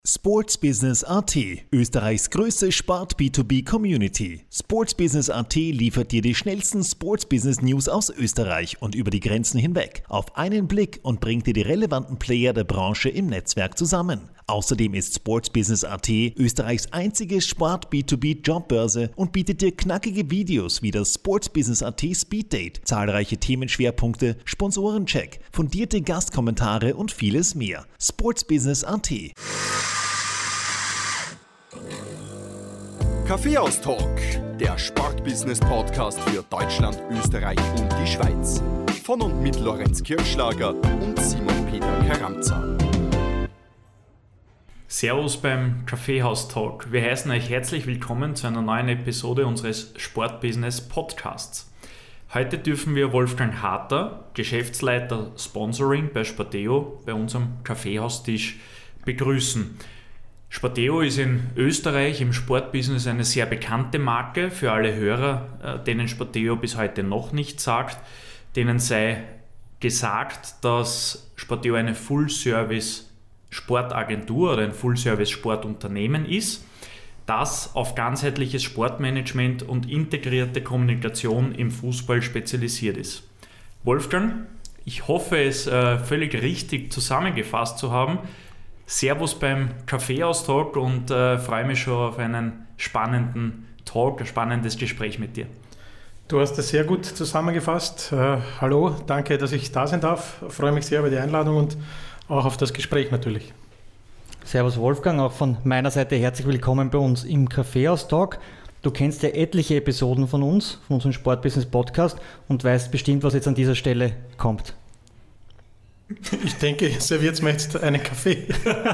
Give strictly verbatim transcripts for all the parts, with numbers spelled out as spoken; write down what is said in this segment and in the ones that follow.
Sportsbusiness Punkt a t, Österreichs größte Sport-B zwei B-Community. Sportsbusiness Punkt a t liefert dir die schnellsten Sportsbusiness-News aus Österreich und über die Grenzen hinweg auf einen Blick und bringt dir die relevanten Player der Branche im Netzwerk zusammen. Außerdem ist Sportsbusiness Punkt a t Österreichs einzige Sport-B zwei B-Jobbörse und bietet dir knackige Videos wie das Sportsbusiness Punkt a t Speeddate, zahlreiche Themenschwerpunkte, Sponsorencheck, fundierte Gastkommentare und vieles mehr. Sportsbusiness Punkt a t. Kaffeehaus-Talk, der Sportbusiness-Podcast für Deutschland, Österreich und die Schweiz. Von und mit Lorenz Kirschlager und Simon Peter Karamza. Servus beim Kaffeehaus-Talk. Wir heißen euch herzlich willkommen zu einer neuen Episode unseres Sportbusiness-Podcasts. Heute dürfen wir Wolfgang Harter, Geschäftsleiter Sponsoring bei Sporteo, bei unserem Kaffeehaustisch begrüßen. Sporteo ist in Österreich im Sportbusiness eine sehr bekannte Marke für alle Hörer, denen Sporteo bis heute noch nichts sagt. Denen sei gesagt, dass Sporteo eine Full-Service-Sportagentur oder ein Full-Service-Sportunternehmen ist, das auf ganzheitliches Sportmanagement und integrierte Kommunikation im Fußball spezialisiert ist. Wolfgang, ich hoffe es äh, völlig richtig zusammengefasst zu haben. Servus beim Kaffeehaus-Talk und äh, freue mich schon auf einen spannenden Talk, ein spannendes Gespräch mit dir. Du hast das sehr gut zusammengefasst. Äh, hallo, danke, dass ich da sein darf. Ich freue mich sehr über die Einladung und auch auf das Gespräch natürlich. Servus Wolfgang, auch von meiner Seite herzlich willkommen bei uns im Kaffeehaus-Talk. Du kennst ja etliche Episoden von uns, von unserem Sportbusiness-Podcast und weißt bestimmt, was jetzt an dieser Stelle kommt. Ich denke, ihr serviert mir jetzt einen Kaffee.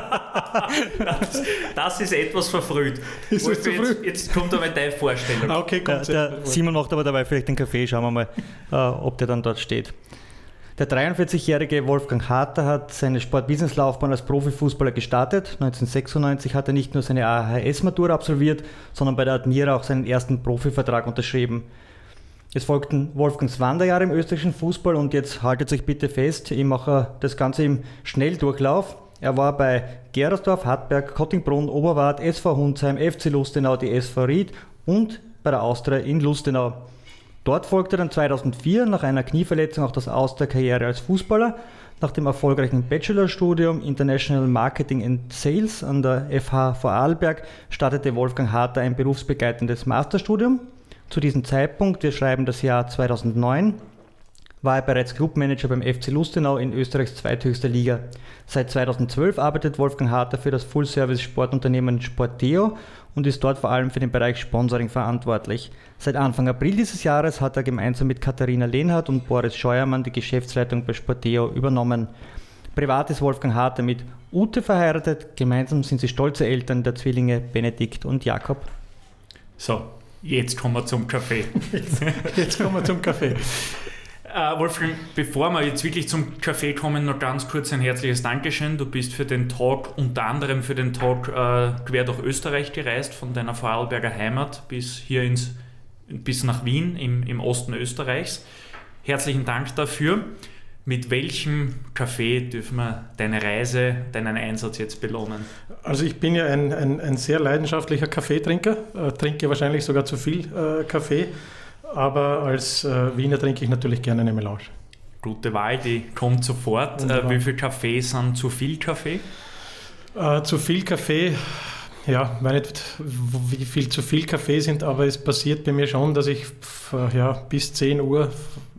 das, das ist etwas verfrüht. Ist Wolf, zu früh? Jetzt, jetzt kommt aber deine Vorstellung. Ah, okay, kommt der, der Simon macht aber dabei vielleicht den Kaffee, schauen wir mal, äh, ob der dann dort steht. Der dreiundvierzigjährige Wolfgang Harter hat seine Sport-Business-Laufbahn als Profifußballer gestartet. neunzehnhundertsechsundneunzig hat er nicht nur seine A H S-Matura absolviert, sondern bei der Admira auch seinen ersten Profivertrag unterschrieben. Es folgten Wolfgangs Wanderjahre im österreichischen Fußball und jetzt haltet euch bitte fest, ich mache das Ganze im Schnelldurchlauf. Er war bei Gerersdorf, Hartberg, Kottingbrunn, Oberwart, S V Hundsheim, F C Lustenau, die S V Ried und bei der Austria in Lustenau. Dort folgte dann zweitausendvier nach einer Knieverletzung auch das Aus der Karriere als Fußballer. Nach dem erfolgreichen Bachelorstudium International Marketing and Sales an der F H Vorarlberg startete Wolfgang Harter ein berufsbegleitendes Masterstudium. Zu diesem Zeitpunkt, wir schreiben das Jahr zweitausendneun, war er bereits Clubmanager beim F C Lustenau in Österreichs zweithöchster Liga. Seit zweitausendzwölf arbeitet Wolfgang Harter für das Full-Service-Sportunternehmen Sporteo und ist dort vor allem für den Bereich Sponsoring verantwortlich. Seit Anfang April dieses Jahres hat er gemeinsam mit Katharina Lehnhardt und Boris Scheuermann die Geschäftsleitung bei Sporteo übernommen. Privat ist Wolfgang Harter mit Ute verheiratet, gemeinsam sind sie stolze Eltern der Zwillinge Benedikt und Jakob. So, jetzt kommen wir zum Kaffee. Jetzt, jetzt kommen wir zum Kaffee. Äh, Wolfgang, bevor wir jetzt wirklich zum Kaffee kommen, noch ganz kurz ein herzliches Dankeschön. Du bist für den Talk, unter anderem für den Talk äh, quer durch Österreich gereist, von deiner Vorarlberger Heimat bis hier ins, bis nach Wien im, im Osten Österreichs. Herzlichen Dank dafür. Mit welchem Kaffee dürfen wir deine Reise, deinen Einsatz jetzt belohnen? Also ich bin ja ein, ein, ein sehr leidenschaftlicher Kaffeetrinker, äh, trinke wahrscheinlich sogar zu viel äh, Kaffee, aber als äh, Wiener trinke ich natürlich gerne eine Melange. Gute Wahl, die kommt sofort. Äh, wie viel Kaffee sind zu viel Kaffee? Äh, zu viel Kaffee, ja, ich weiß nicht, wie viel zu viel Kaffee sind, aber es passiert bei mir schon, dass ich ja, bis zehn Uhr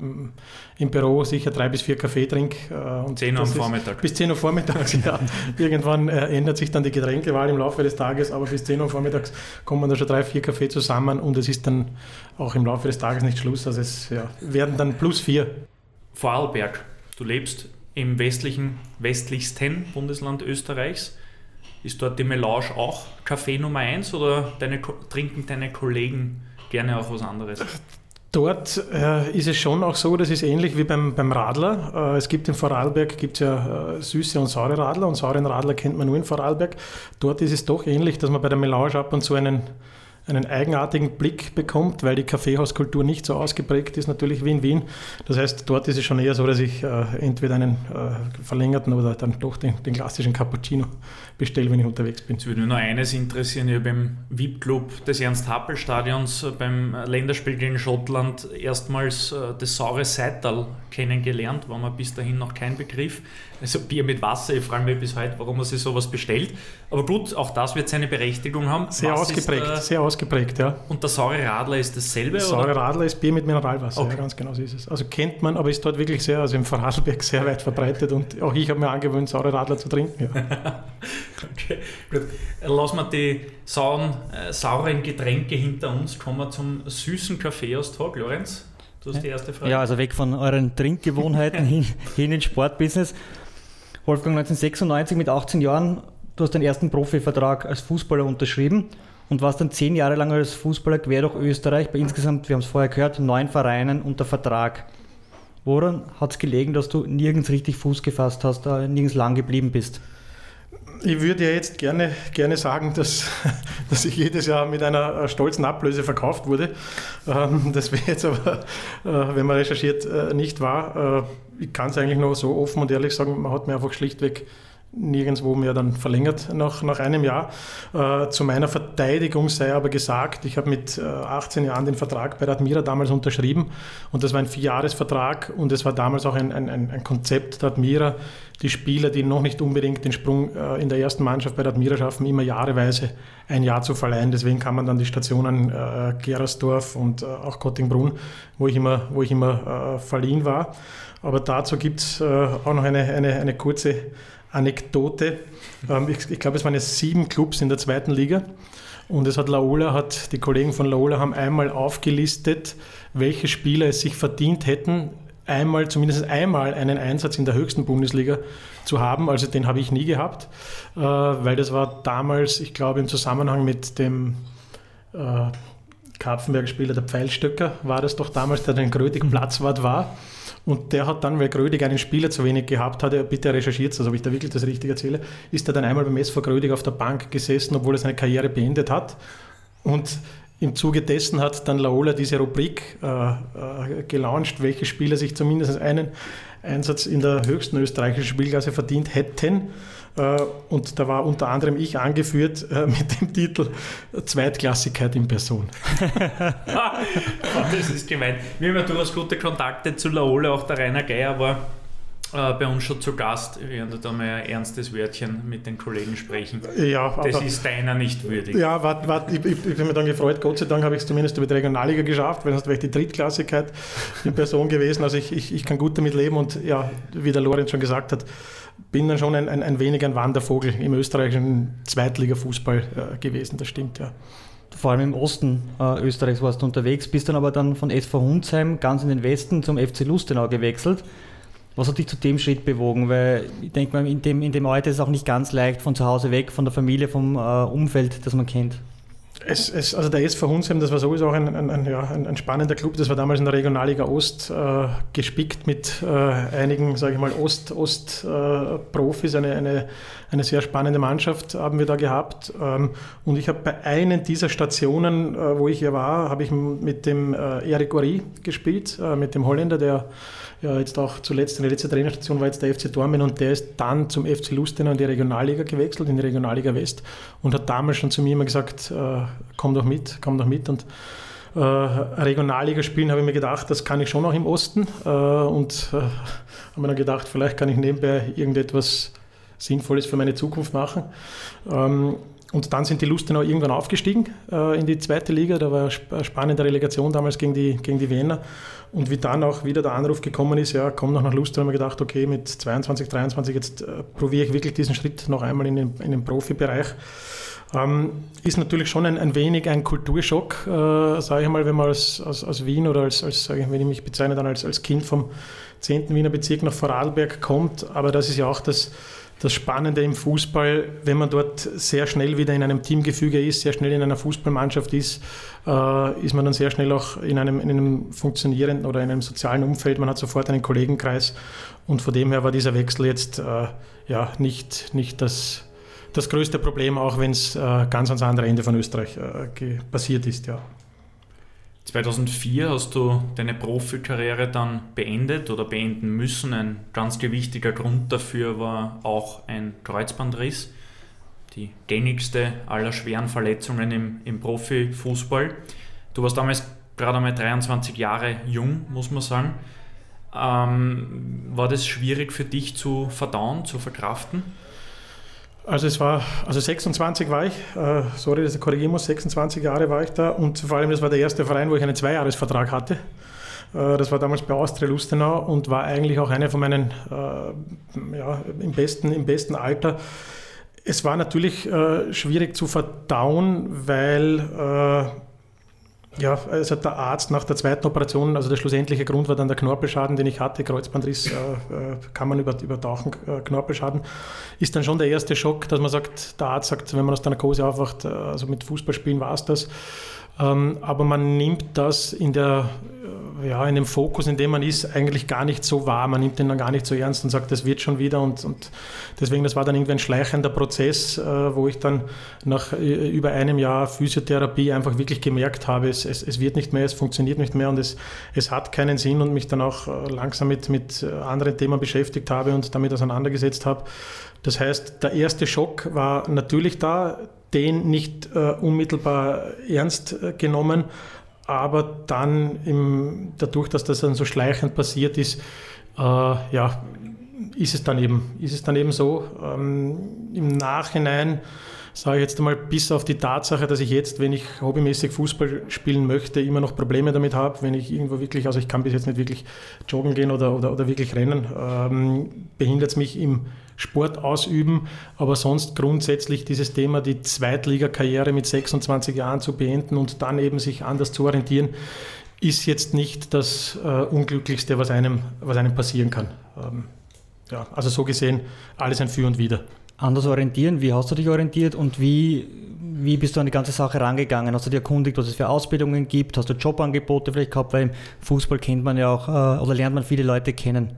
im Büro sicher drei bis vier Kaffee trinke. Und zehn Uhr am Vormittag. Bis zehn Uhr vormittags, ja. Irgendwann äh, ändert sich dann die Getränkewahl im Laufe des Tages, aber bis zehn Uhr vormittags kommen da schon drei, vier Kaffee zusammen und es ist dann auch im Laufe des Tages nicht Schluss. Also es ja, werden dann plus vier. Vorarlberg, du lebst im westlichen, westlichsten Bundesland Österreichs. Ist dort die Melange auch Kaffee Nummer eins oder deine, trinken deine Kollegen gerne auch was anderes? Dort äh, ist es schon auch so, das ist ähnlich wie beim, beim Radler. Äh, es gibt in Vorarlberg gibt's ja äh, süße und saure Radler und sauren Radler kennt man nur in Vorarlberg. Dort ist es doch ähnlich, dass man bei der Melange ab und zu einen, einen eigenartigen Blick bekommt, weil die Kaffeehauskultur nicht so ausgeprägt ist, natürlich wie in Wien. Das heißt, dort ist es schon eher so, dass ich äh, entweder einen äh, verlängerten oder dann doch den, den klassischen Cappuccino bestelle, wenn ich unterwegs bin. Es würde mich nur eines interessieren, ich habe im V I P-Club des Ernst-Happel-Stadions beim Länderspiel gegen Schottland erstmals äh, das saure Seital kennengelernt, war mir bis dahin noch kein Begriff. Also Bier mit Wasser, ich frage mich bis heute, warum man sich sowas bestellt. Aber gut, auch das wird seine Berechtigung haben. Sehr Was ausgeprägt, ist, äh, sehr ausgeprägt, ja. Und der saure Radler ist dasselbe? Der saure Radler ist Bier mit Mineralwasser, okay. Ja, ganz genau so ist es. Also kennt man, aber ist dort wirklich sehr, also im Vorarlberg sehr weit verbreitet und auch ich habe mir angewöhnt, saure Radler zu trinken. Ja. Okay, gut. Lassen wir die sauren, äh, sauren Getränke hinter uns, kommen wir zum süßen Kaffeeaustag. Lorenz, du hast die erste Frage. Ja, also weg von euren Trinkgewohnheiten hin, hin ins Sportbusiness. Wolfgang, neunzehnhundertsechsundneunzig mit achtzehn Jahren, du hast deinen ersten Profivertrag als Fußballer unterschrieben und warst dann zehn Jahre lang als Fußballer quer durch Österreich bei insgesamt, wir haben es vorher gehört, neun Vereinen unter Vertrag. Woran hat es gelegen, dass du nirgends richtig Fuß gefasst hast, äh, nirgends lang geblieben bist? Ich würde ja jetzt gerne, gerne sagen, dass, dass ich jedes Jahr mit einer stolzen Ablöse verkauft wurde. Das wäre jetzt aber, wenn man recherchiert, nicht wahr. Ich kann es eigentlich nur so offen und ehrlich sagen, man hat mir einfach schlichtweg nirgendwo mehr dann verlängert nach, nach einem Jahr. Äh, zu meiner Verteidigung sei aber gesagt, ich habe mit äh, achtzehn Jahren den Vertrag bei der Admira damals unterschrieben und das war ein Vierjahresvertrag und es war damals auch ein, ein, ein Konzept der Admira, die Spieler, die noch nicht unbedingt den Sprung äh, in der ersten Mannschaft bei der Admira schaffen, immer jahreweise ein Jahr zu verleihen. Deswegen kann man dann die Stationen äh, Gerersdorf und äh, auch Kottingbrunn, wo ich immer, wo ich immer äh, verliehen war. Aber dazu gibt es äh, auch noch eine, eine, eine kurze Anekdote. Ähm, ich ich glaube, es waren jetzt sieben Clubs in der zweiten Liga und es hat Laola, hat, die Kollegen von Laola haben einmal aufgelistet, welche Spieler es sich verdient hätten, einmal, zumindest einmal einen Einsatz in der höchsten Bundesliga zu haben. Also den habe ich nie gehabt, äh, weil das war damals, ich glaube, im Zusammenhang mit dem äh, Karpfenberger Spieler, der Pfeilstöcker, war das doch damals, der den Grödig Platzwart war. Und der hat dann, weil Grödig einen Spieler zu wenig gehabt hatte, bitte recherchiert, also ob ich da wirklich das richtig erzähle, ist er dann einmal beim S V Grödig auf der Bank gesessen, obwohl er seine Karriere beendet hat. Und im Zuge dessen hat dann Laola diese Rubrik äh, äh, gelauncht, welche Spieler sich zumindest einen Einsatz in der höchsten österreichischen Spielklasse verdient hätten. Äh, und da war unter anderem ich angeführt äh, mit dem Titel Zweitklassigkeit in Person. Das ist gemein. Wir haben ja durchaus gute Kontakte zu Laola, auch der Rainer Geier war äh, bei uns schon zu Gast. Wir werden da mal ein ernstes Wörtchen mit den Kollegen sprechen. Ja, das aber, ist deiner nicht würdig. Ja, wart, wart, ich, ich, ich bin mir dann gefreut, Gott sei Dank habe ich es zumindest über die Regionalliga geschafft, weil sonst wäre ich die Drittklassigkeit in Person gewesen. Also ich, ich, ich kann gut damit leben und ja, wie der Lorenz schon gesagt hat, bin dann schon ein, ein, ein wenig ein Wandervogel im österreichischen Zweitliga-Fußball äh, gewesen, das stimmt, ja. Vor allem im Osten äh, Österreichs warst du unterwegs, bist dann aber dann von S V Hundsheim ganz in den Westen zum F C Lustenau gewechselt. Was hat dich zu dem Schritt bewogen? Weil ich denke mal, in dem, in dem Alter ist es auch nicht ganz leicht, von zu Hause weg, von der Familie, vom äh, Umfeld, das man kennt. Es, es, also der S V Hundsheim, das war sowieso auch ein, ein, ein, ja, ein, ein spannender Club. Das war damals in der Regionalliga Ost äh, gespickt mit äh, einigen, sage ich mal, Ost-Ost-Profis. Äh, eine, eine, eine sehr spannende Mannschaft haben wir da gehabt. Ähm, und ich habe bei einer dieser Stationen, äh, wo ich hier war, habe ich mit dem äh, Eric Ory gespielt, äh, mit dem Holländer, der ja jetzt auch zuletzt, in der letzten Trainerstation war jetzt der F C Dormen und der ist dann zum F C Lustenau in die Regionalliga gewechselt, in die Regionalliga West und hat damals schon zu mir immer gesagt, äh, komm doch mit, komm doch mit und äh, Regionalliga spielen, habe ich mir gedacht, das kann ich schon auch im Osten äh, und äh, habe mir dann gedacht, vielleicht kann ich nebenbei irgendetwas Sinnvolles für meine Zukunft machen. Ähm, Und dann sind die Lustenau irgendwann aufgestiegen äh, in die zweite Liga. Da war eine spannende Relegation damals gegen die, gegen die Wiener. Und wie dann auch wieder der Anruf gekommen ist, ja, komm noch nach Lustenau, haben wir gedacht, okay, mit zweiundzwanzig, dreiundzwanzig, jetzt äh, probiere ich wirklich diesen Schritt noch einmal in den, in den Profibereich. Ähm, ist natürlich schon ein, ein wenig ein Kulturschock, äh, sage ich mal, wenn man als, als, als Wien oder als, als sage ich, wenn ich mich bezeichne, dann als, als Kind vom zehnten Wiener Bezirk nach Vorarlberg kommt. Aber das ist ja auch das Das Spannende im Fußball, wenn man dort sehr schnell wieder in einem Teamgefüge ist, sehr schnell in einer Fußballmannschaft ist, äh, ist man dann sehr schnell auch in einem, in einem funktionierenden oder in einem sozialen Umfeld. Man hat sofort einen Kollegenkreis und von dem her war dieser Wechsel jetzt äh, ja, nicht, nicht das, das größte Problem, auch wenn es äh, ganz ans andere Ende von Österreich äh, passiert ist. Ja. zweitausendvier hast du deine Profikarriere dann beendet oder beenden müssen. Ein ganz gewichtiger Grund dafür war auch ein Kreuzbandriss, die gängigste aller schweren Verletzungen im, im Profifußball. Du warst damals gerade einmal dreiundzwanzig Jahre jung, muss man sagen. Ähm, war das schwierig für dich zu verdauen, zu verkraften? Also es war, also sechsundzwanzig war ich, äh, sorry, dass ich korrigieren muss, sechsundzwanzig Jahre war ich da und vor allem das war der erste Verein, wo ich einen Zweijahresvertrag hatte. Äh, das war damals bei Austria Lustenau und war eigentlich auch eine von meinen, äh, ja, im besten, im besten Alter. Es war natürlich äh, schwierig zu verdauen, weil äh, ja, also der Arzt nach der zweiten Operation, also der schlussendliche Grund war dann der Knorpelschaden, den ich hatte, Kreuzbandriss, äh, kann man über, übertauchen, äh, Knorpelschaden, ist dann schon der erste Schock, dass man sagt, der Arzt sagt, wenn man aus der Narkose aufwacht, also mit Fußballspielen war es das, ähm, aber man nimmt das in der, ja, in dem Fokus, in dem man ist, eigentlich gar nicht so wahr, man nimmt den dann gar nicht so ernst und sagt, das wird schon wieder und, und deswegen, das war dann irgendwie ein schleichender Prozess, äh, wo ich dann nach äh, über einem Jahr Physiotherapie einfach wirklich gemerkt habe, es, es, es wird nicht mehr, es funktioniert nicht mehr und es, es hat keinen Sinn und mich dann auch äh, langsam mit, mit anderen Themen beschäftigt habe und damit auseinandergesetzt habe. Das heißt, der erste Schock war natürlich da, den nicht äh, unmittelbar ernst äh, genommen, aber dann im, dadurch, dass das dann so schleichend passiert ist, äh, ja, ist es dann eben, ist es dann eben so. Ähm, im Nachhinein sage ich jetzt einmal, bis auf die Tatsache, dass ich jetzt, wenn ich hobbymäßig Fußball spielen möchte, immer noch Probleme damit habe, wenn ich irgendwo wirklich, also ich kann bis jetzt nicht wirklich joggen gehen oder, oder, oder wirklich rennen, ähm, behindert es mich im Sport ausüben, aber sonst grundsätzlich dieses Thema, die Zweitligakarriere mit sechsundzwanzig Jahren zu beenden und dann eben sich anders zu orientieren, ist jetzt nicht das äh, Unglücklichste, was einem, was einem passieren kann. Ähm, ja, also so gesehen, alles ein Für und Wider. Anders orientieren, wie hast du dich orientiert und wie, wie bist du an die ganze Sache rangegangen? Hast du dich erkundigt, was es für Ausbildungen gibt? Hast du Jobangebote vielleicht gehabt? Weil im Fußball kennt man ja auch, äh, oder lernt man viele Leute kennen.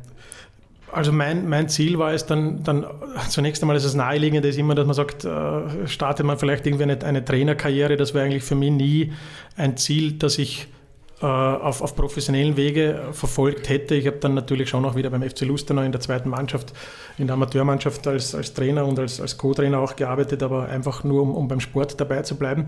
Also mein, mein Ziel war es dann, dann zunächst einmal, das Naheliegende ist immer, dass man sagt, äh, startet man vielleicht irgendwie eine, eine Trainerkarriere. Das war eigentlich für mich nie ein Ziel, das ich äh, auf, auf professionellen Wege verfolgt hätte. Ich habe dann natürlich schon auch wieder beim F C Lustenau in der zweiten Mannschaft, in der Amateurmannschaft als, als Trainer und als, als Co-Trainer auch gearbeitet, aber einfach nur, um, um beim Sport dabei zu bleiben.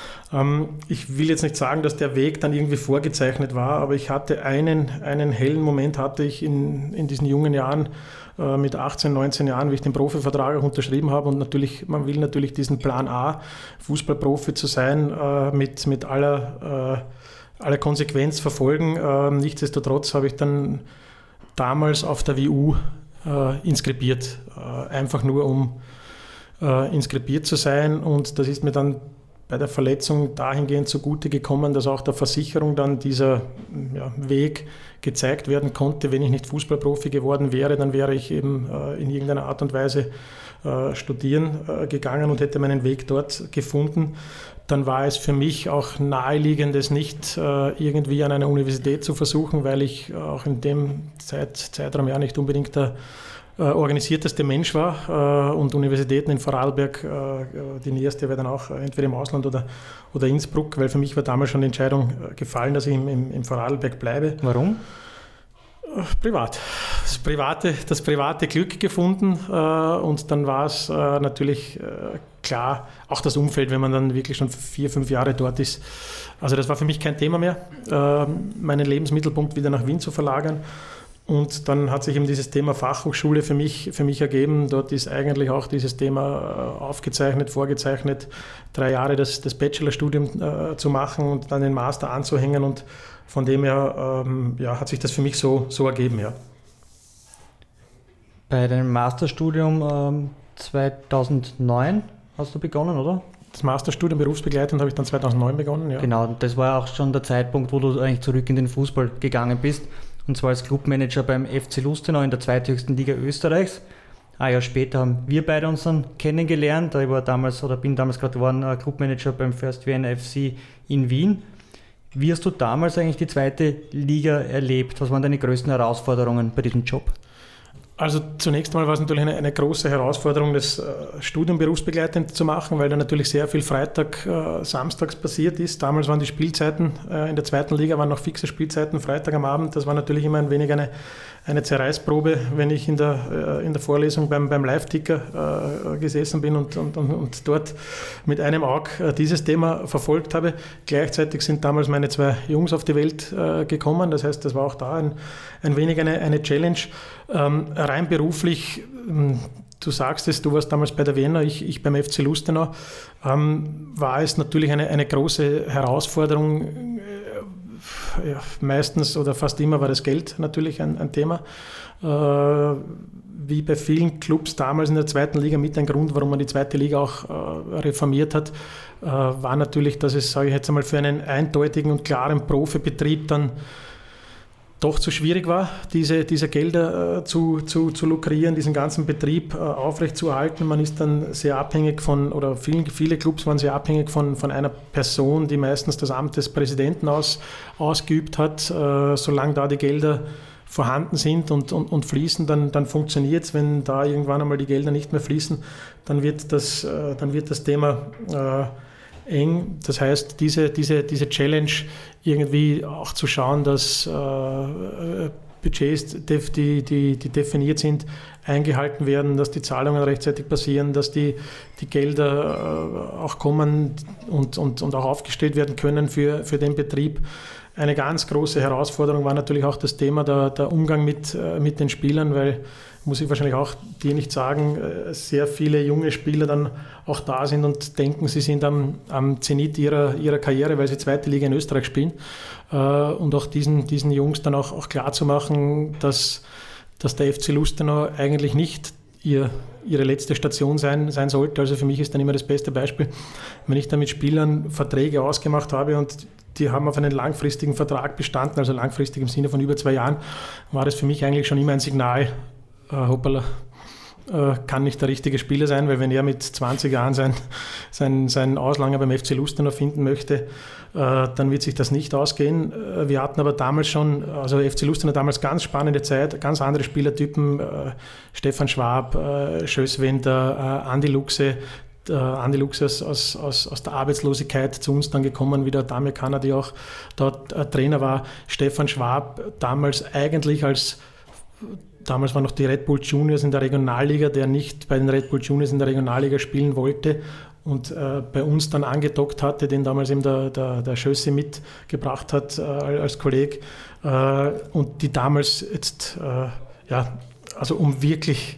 Ich will jetzt nicht sagen, dass der Weg dann irgendwie vorgezeichnet war, aber ich hatte einen, einen hellen Moment hatte ich in, in diesen jungen Jahren, äh, mit achtzehn, neunzehn Jahren, wie ich den Profivertrag auch unterschrieben habe und natürlich, man will natürlich diesen Plan A, Fußballprofi zu sein, äh, mit, mit aller, äh, aller Konsequenz verfolgen. Äh, nichtsdestotrotz habe ich dann damals auf der W U äh, inskribiert, äh, einfach nur um äh, inskribiert zu sein und das ist mir dann bei der Verletzung dahingehend zugute gekommen, dass auch der Versicherung dann dieser ja, Weg gezeigt werden konnte. Wenn ich nicht Fußballprofi geworden wäre, dann wäre ich eben äh, in irgendeiner Art und Weise äh, studieren äh, gegangen und hätte meinen Weg dort gefunden. Dann war es für mich auch naheliegend, es nicht äh, irgendwie an einer Universität zu versuchen, weil ich auch in dem Zeit, Zeitraum ja nicht unbedingt der Äh, organisierteste Mensch war äh, und Universitäten in Vorarlberg, äh, die nächste wäre dann auch entweder im Ausland oder, oder Innsbruck, weil für mich war damals schon die Entscheidung äh, gefallen, dass ich im, im, im Vorarlberg bleibe. Warum? Äh, privat. Das private, das private Glück gefunden äh, und dann war es äh, natürlich äh, klar, auch das Umfeld, wenn man dann wirklich schon vier, fünf Jahre dort ist. Also das war für mich kein Thema mehr, äh, meinen Lebensmittelpunkt wieder nach Wien zu verlagern. Und dann hat sich eben dieses Thema Fachhochschule für mich, für mich ergeben. Dort ist eigentlich auch dieses Thema aufgezeichnet, vorgezeichnet, drei Jahre das, das Bachelorstudium äh, zu machen und dann den Master anzuhängen. Und von dem her ähm, ja, hat sich das für mich so, so ergeben. Ja. Bei deinem Masterstudium ähm, zweitausendneun hast du begonnen, oder? Das Masterstudium berufsbegleitend habe ich dann zweitausendneun begonnen. Ja. Genau, das war auch schon der Zeitpunkt, wo du eigentlich zurück in den Fußball gegangen bist. Und zwar als Clubmanager beim F C Lustenau in der zweithöchsten Liga Österreichs. Ein Jahr später haben wir beide uns dann kennengelernt. Ich war damals oder bin damals gerade geworden Clubmanager beim First Vienna F C in Wien. Wie hast du damals eigentlich die zweite Liga erlebt? Was waren deine größten Herausforderungen bei diesem Job? Also zunächst einmal war es natürlich eine, eine große Herausforderung, das äh, Studium berufsbegleitend zu machen, weil da natürlich sehr viel Freitag, äh, samstags passiert ist. Damals waren die Spielzeiten äh, in der zweiten Liga, waren noch fixe Spielzeiten, Freitag am Abend. Das war natürlich immer ein wenig eine, eine Zerreißprobe, wenn ich in der, äh, in der Vorlesung beim, beim Live-Ticker äh, gesessen bin und, und, und, und dort mit einem Auge äh, dieses Thema verfolgt habe. Gleichzeitig sind damals meine zwei Jungs auf die Welt äh, gekommen. Das heißt, das war auch da ein, ein wenig eine, eine Challenge. Ähm, rein beruflich, du sagst es, du warst damals bei der Wiener, ich, ich beim F C Lustenau, ähm, war es natürlich eine, eine große Herausforderung. Äh, ja, meistens oder fast immer war das Geld natürlich ein, ein Thema. Äh, wie bei vielen Clubs damals in der zweiten Liga mit ein Grund, warum man die zweite Liga auch äh, reformiert hat, äh, war natürlich, dass es, sage ich jetzt einmal, für einen eindeutigen und klaren Profibetrieb dann doch zu schwierig war, diese, diese Gelder äh, zu, zu, zu lukrieren, diesen ganzen Betrieb äh, aufrechtzuerhalten. Man ist dann sehr abhängig von, oder viel, viele Clubs waren sehr abhängig von, von einer Person, die meistens das Amt des Präsidenten aus, ausgeübt hat. Äh, solange da die Gelder vorhanden sind und, und, und fließen, dann, dann funktioniert es. Wenn da irgendwann einmal die Gelder nicht mehr fließen, dann wird das, äh, dann wird das Thema äh, eng. Das heißt, diese, diese, diese Challenge irgendwie auch zu schauen, dass äh, Budgets, die, die, die definiert sind, eingehalten werden, dass die Zahlungen rechtzeitig passieren, dass die, die Gelder äh, auch kommen und, und, und auch aufgestellt werden können für, für den Betrieb. Eine ganz große Herausforderung war natürlich auch das Thema der, der Umgang mit, äh, mit den Spielern, weil, muss ich wahrscheinlich auch dir nicht sagen, sehr viele junge Spieler dann auch da sind und denken, sie sind am, am Zenit ihrer, ihrer Karriere, weil sie zweite Liga in Österreich spielen. Und auch diesen, diesen Jungs dann auch, auch klar zu machen, dass, dass der F C Lustenau eigentlich nicht ihr, ihre letzte Station sein, sein sollte. Also für mich ist dann immer das beste Beispiel, wenn ich dann mit Spielern Verträge ausgemacht habe und die haben auf einen langfristigen Vertrag bestanden, also langfristig im Sinne von über zwei Jahren, war das für mich eigentlich schon immer ein Signal, Uh, hoppala, uh, kann nicht der richtige Spieler sein, weil wenn er mit zwanzig Jahren sein, sein, seinen Auslanger beim F C Lustenau finden möchte, uh, dann wird sich das nicht ausgehen. Uh, wir hatten aber damals schon, also F C Lustenau damals ganz spannende Zeit, ganz andere Spielertypen, uh, Stefan Schwab, uh, Schößwender, uh, Andi Luxe, uh, Andi Luxe aus, aus, aus, aus der Arbeitslosigkeit zu uns dann gekommen, wie der Dame Kanner, die auch dort uh, Trainer war. Stefan Schwab damals eigentlich als Damals waren noch die Red Bull Juniors in der Regionalliga, der nicht bei den Red Bull Juniors in der Regionalliga spielen wollte und äh, bei uns dann angedockt hatte, den damals eben der, der, der Schössi mitgebracht hat äh, als Kollege. Äh, und die damals jetzt, äh, ja, also um wirklich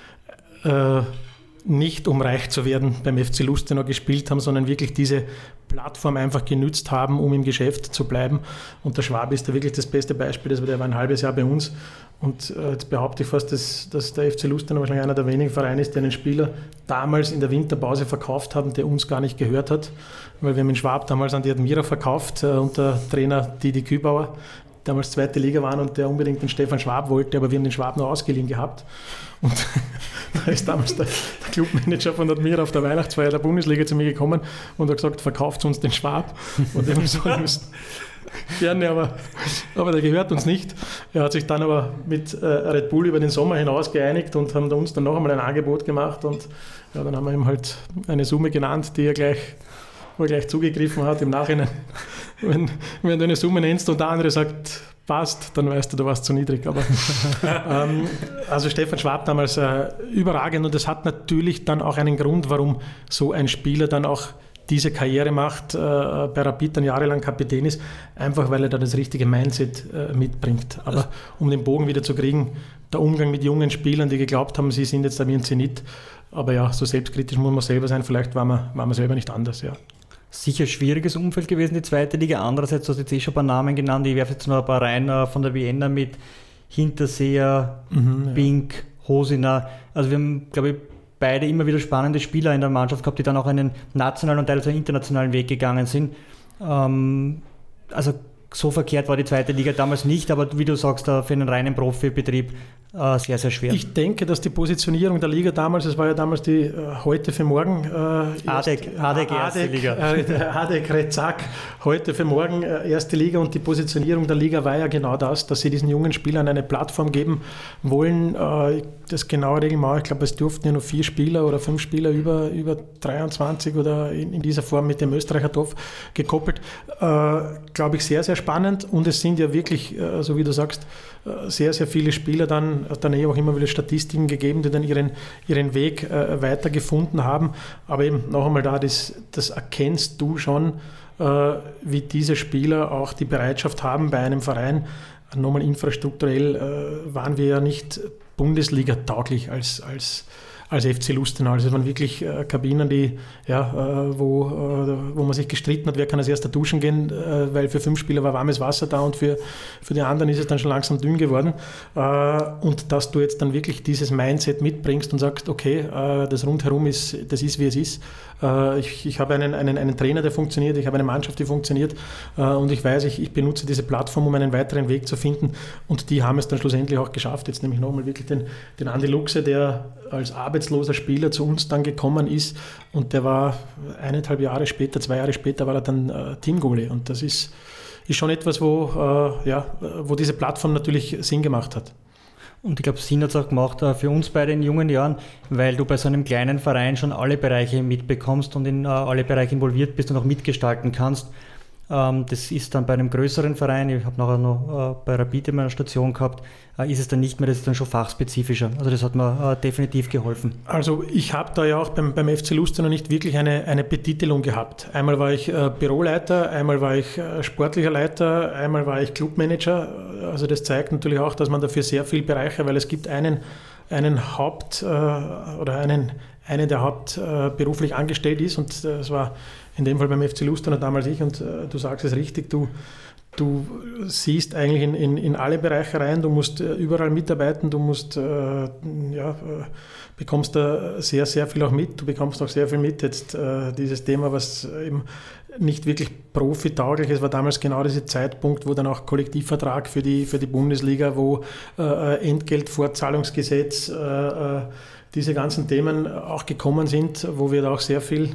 äh, nicht um reich zu werden beim F C Lustenau gespielt haben, sondern wirklich diese Plattform einfach genützt haben, um im Geschäft zu bleiben. Und der Schwab ist da wirklich das beste Beispiel. Der war ein halbes Jahr bei uns. Und äh, jetzt behaupte ich fast, dass, dass der F C Lustenau wahrscheinlich einer der wenigen Vereine ist, die einen Spieler damals in der Winterpause verkauft haben, der uns gar nicht gehört hat. Weil wir haben den Schwab damals an die Admira verkauft, äh, unter Trainer Didi Kübauer, damals zweite Liga waren und der unbedingt den Stefan Schwab wollte, aber wir haben den Schwab nur ausgeliehen gehabt. Und da ist damals der, der Clubmanager von Admira auf der Weihnachtsfeier der Bundesliga zu mir gekommen und hat gesagt, verkauft uns den Schwab. Und ich habe sagen müssen, gerne, aber, aber der gehört uns nicht. Er hat sich dann aber mit äh, Red Bull über den Sommer hinaus geeinigt und haben uns dann noch einmal ein Angebot gemacht und ja, dann haben wir ihm halt eine Summe genannt, die er gleich, wo er gleich zugegriffen hat. Im Nachhinein, wenn, wenn du eine Summe nennst und der andere sagt, passt, dann weißt du, du warst zu niedrig. Aber, ähm, also Stefan Schwab damals äh, überragend und das hat natürlich dann auch einen Grund, warum so ein Spieler dann auch diese Karriere macht, äh, bei Rapid dann jahrelang Kapitän ist, einfach weil er da das richtige Mindset äh, mitbringt. Aber um den Bogen wieder zu kriegen, der Umgang mit jungen Spielern, die geglaubt haben, sie sind jetzt da wie ein Zenit. Aber ja, so selbstkritisch muss man selber sein, vielleicht war man, war man selber nicht anders, ja. Sicher schwieriges Umfeld gewesen, die zweite Liga. Andererseits, du hast jetzt eh schon ein paar Namen genannt, ich werfe jetzt noch ein paar rein äh, von der Vienna mit Hinterseher, mhm, Bink, ja. Hosiner. Also wir haben, glaube ich, beide immer wieder spannende Spieler in der Mannschaft gehabt, die dann auch einen nationalen und teilweise internationalen Weg gegangen sind. Ähm, also so verkehrt war die zweite Liga damals nicht, aber wie du sagst, für einen reinen Profibetrieb äh, sehr, sehr schwer. Ich denke, dass die Positionierung der Liga damals, es war ja damals die äh, heute für morgen äh, Adek, Adek, erste Liga. Äh, Adek, Rezak, heute für morgen äh, erste Liga, und die Positionierung der Liga war ja genau das, dass sie diesen jungen Spielern eine Plattform geben wollen. Äh, das genaue Regelmaß, ich glaube, es durften ja nur vier Spieler oder fünf Spieler über, über dreiundzwanzig oder in, in dieser Form mit dem Österreicher Dorf gekoppelt. Äh, glaube ich, sehr, sehr spannend, und es sind ja wirklich, äh, so wie du sagst, äh, sehr, sehr viele Spieler dann, dann eh auch immer wieder Statistiken gegeben, die dann ihren, ihren Weg äh, weitergefunden haben. Aber eben noch einmal da, das, das erkennst du schon, äh, wie diese Spieler auch die Bereitschaft haben bei einem Verein. Nochmal infrastrukturell äh, waren wir ja nicht Bundesliga-tauglich als, als, als F C Lustenau. Also es waren wirklich äh, Kabinen, die, ja, äh, wo, äh, wo man sich gestritten hat, wer kann als erster duschen gehen, äh, weil für fünf Spieler war warmes Wasser da, und für, für die anderen ist es dann schon langsam dünn geworden. Äh, und dass du jetzt dann wirklich dieses Mindset mitbringst und sagst, okay, äh, das Rundherum ist, das ist, wie es ist. Äh, ich, ich habe einen, einen, einen Trainer, der funktioniert, ich habe eine Mannschaft, die funktioniert, äh, und ich weiß, ich, ich benutze diese Plattform, um einen weiteren Weg zu finden, und die haben es dann schlussendlich auch geschafft. Jetzt nehme ich nochmal wirklich den, den Andi Luchse, der als arbeitsloser Spieler zu uns dann gekommen ist, und der war eineinhalb Jahre später, zwei Jahre später war er dann äh, Teamgoalie, und das ist, ist schon etwas, wo, äh, ja, wo diese Plattform natürlich Sinn gemacht hat. Und ich glaube, Sinn hat es auch gemacht äh, für uns beide in jungen Jahren, weil du bei so einem kleinen Verein schon alle Bereiche mitbekommst und in äh, alle Bereiche involviert bist und auch mitgestalten kannst. Ähm, das ist dann bei einem größeren Verein, ich habe nachher noch äh, bei Rapid in meiner Station gehabt, äh, ist es dann nicht mehr, das ist dann schon fachspezifischer. Also das hat mir äh, definitiv geholfen. Also ich habe da ja auch beim, beim F C Lustenau nicht wirklich eine, eine Betitelung gehabt. Einmal war ich äh, Büroleiter, einmal war ich äh, sportlicher Leiter, einmal war ich Clubmanager. Also das zeigt natürlich auch, dass man dafür sehr viele Bereiche, weil es gibt einen, einen Haupt- äh, oder einen, einen, der hauptberuflich äh, angestellt ist, und das war in dem Fall beim F C Lustenau damals ich, und äh, du sagst es richtig, du, du siehst eigentlich in, in, in alle Bereiche rein, du musst äh, überall mitarbeiten, du musst, äh, ja, äh, bekommst da sehr, sehr viel auch mit, du bekommst auch sehr viel mit. Jetzt äh, dieses Thema, was eben nicht wirklich profitauglich ist, war damals genau dieser Zeitpunkt, wo dann auch Kollektivvertrag für die, für die Bundesliga, wo äh, Entgeltfortzahlungsgesetz, äh, äh, diese ganzen Themen auch gekommen sind, wo wir da auch sehr viel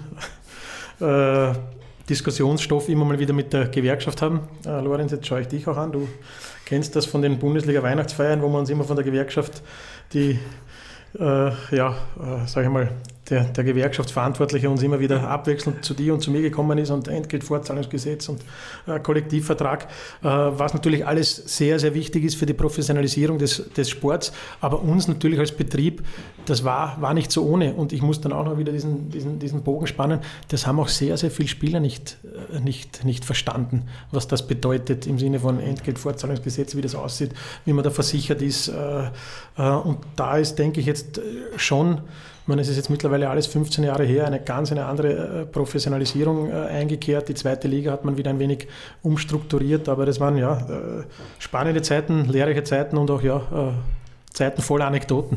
Äh, Diskussionsstoff immer mal wieder mit der Gewerkschaft haben. Äh, Lorenz, jetzt schaue ich dich auch an. Du kennst das von den Bundesliga-Weihnachtsfeiern, wo man uns immer von der Gewerkschaft die, äh, ja, äh, sage ich mal, der, der Gewerkschaftsverantwortliche uns immer wieder abwechselnd zu dir und zu mir gekommen ist, und Entgeltfortzahlungsgesetz und äh, Kollektivvertrag, äh, was natürlich alles sehr, sehr wichtig ist für die Professionalisierung des, des Sports, aber uns natürlich als Betrieb, das war, war nicht so ohne, und ich muss dann auch noch wieder diesen, diesen, diesen Bogen spannen, das haben auch sehr, sehr viele Spieler nicht, äh, nicht, nicht verstanden, was das bedeutet im Sinne von Entgeltfortzahlungsgesetz, wie das aussieht, wie man da versichert ist, äh, äh, und da ist, denke ich, jetzt schon, ich meine, es ist jetzt mittlerweile alles fünfzehn Jahre her, eine ganz eine andere Professionalisierung äh, eingekehrt. Die zweite Liga hat man wieder ein wenig umstrukturiert, aber das waren ja äh, spannende Zeiten, lehrreiche Zeiten und auch ja, äh, Zeiten voller Anekdoten.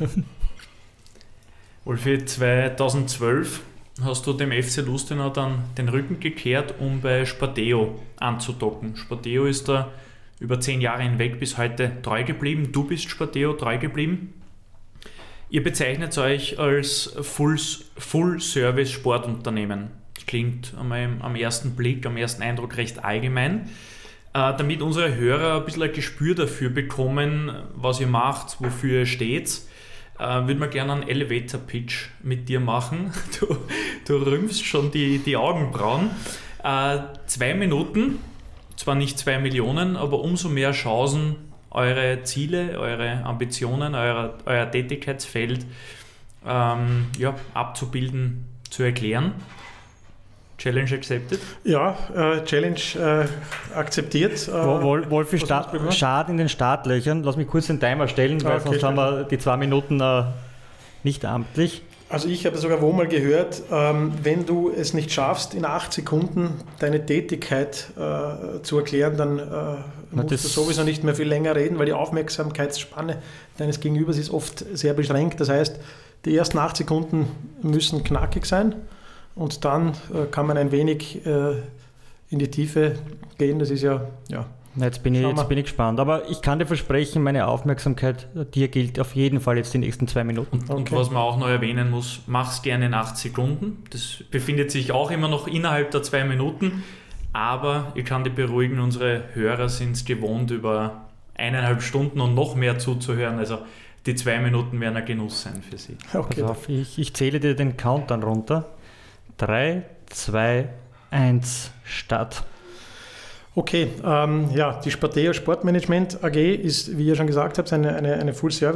Wolfi, zweitausendzwölf hast du dem F C Lustenau dann den Rücken gekehrt, um bei Sporteo anzudocken. Sporteo ist da über zehn Jahre hinweg bis heute treu geblieben. Du bist Sporteo treu geblieben. Ihr bezeichnet euch als Full-Service-Sportunternehmen. Das klingt einmal am ersten Blick, am ersten Eindruck recht allgemein. Äh, damit unsere Hörer ein bisschen ein Gespür dafür bekommen, was ihr macht, wofür ihr steht, äh, würde man gerne einen Elevator-Pitch mit dir machen. Du, du rümpfst schon die, die Augenbrauen. Äh, zwei Minuten, zwar nicht zwei Millionen, aber umso mehr Chancen, eure Ziele, eure Ambitionen, euer, euer Tätigkeitsfeld ähm, ja, abzubilden, zu erklären. Challenge accepted? Ja, äh, Challenge äh, akzeptiert. Äh, Wolfi, Schad in den Startlöchern. Lass mich kurz den Timer stellen, weil okay, sonst haben wir die zwei Minuten äh, nicht amtlich. Also ich habe sogar wo mal gehört, ähm, wenn du es nicht schaffst, in acht Sekunden deine Tätigkeit äh, zu erklären, dann äh, Na, musst du sowieso nicht mehr viel länger reden, weil die Aufmerksamkeitsspanne deines Gegenübers ist oft sehr beschränkt. Das heißt, die ersten acht Sekunden müssen knackig sein, und dann äh, kann man ein wenig äh, in die Tiefe gehen. Das ist ja, ja Na, jetzt bin ich, jetzt bin ich gespannt. Aber ich kann dir versprechen, meine Aufmerksamkeit dir gilt auf jeden Fall jetzt die nächsten zwei Minuten. Und, okay. und was man auch noch erwähnen muss, mach's gerne in acht Sekunden. Das befindet sich auch immer noch innerhalb der zwei Minuten. Aber ich kann dich beruhigen, unsere Hörer sind es gewohnt, über eineinhalb Stunden und noch mehr zuzuhören. Also die zwei Minuten werden ein Genuss sein für sie. Okay. Pass auf, ich, ich zähle dir den Countdown runter. drei, zwei, eins, Start. Okay, ähm, ja, die Sparteo Sportmanagement A G ist, wie ihr schon gesagt habt, eine, eine, eine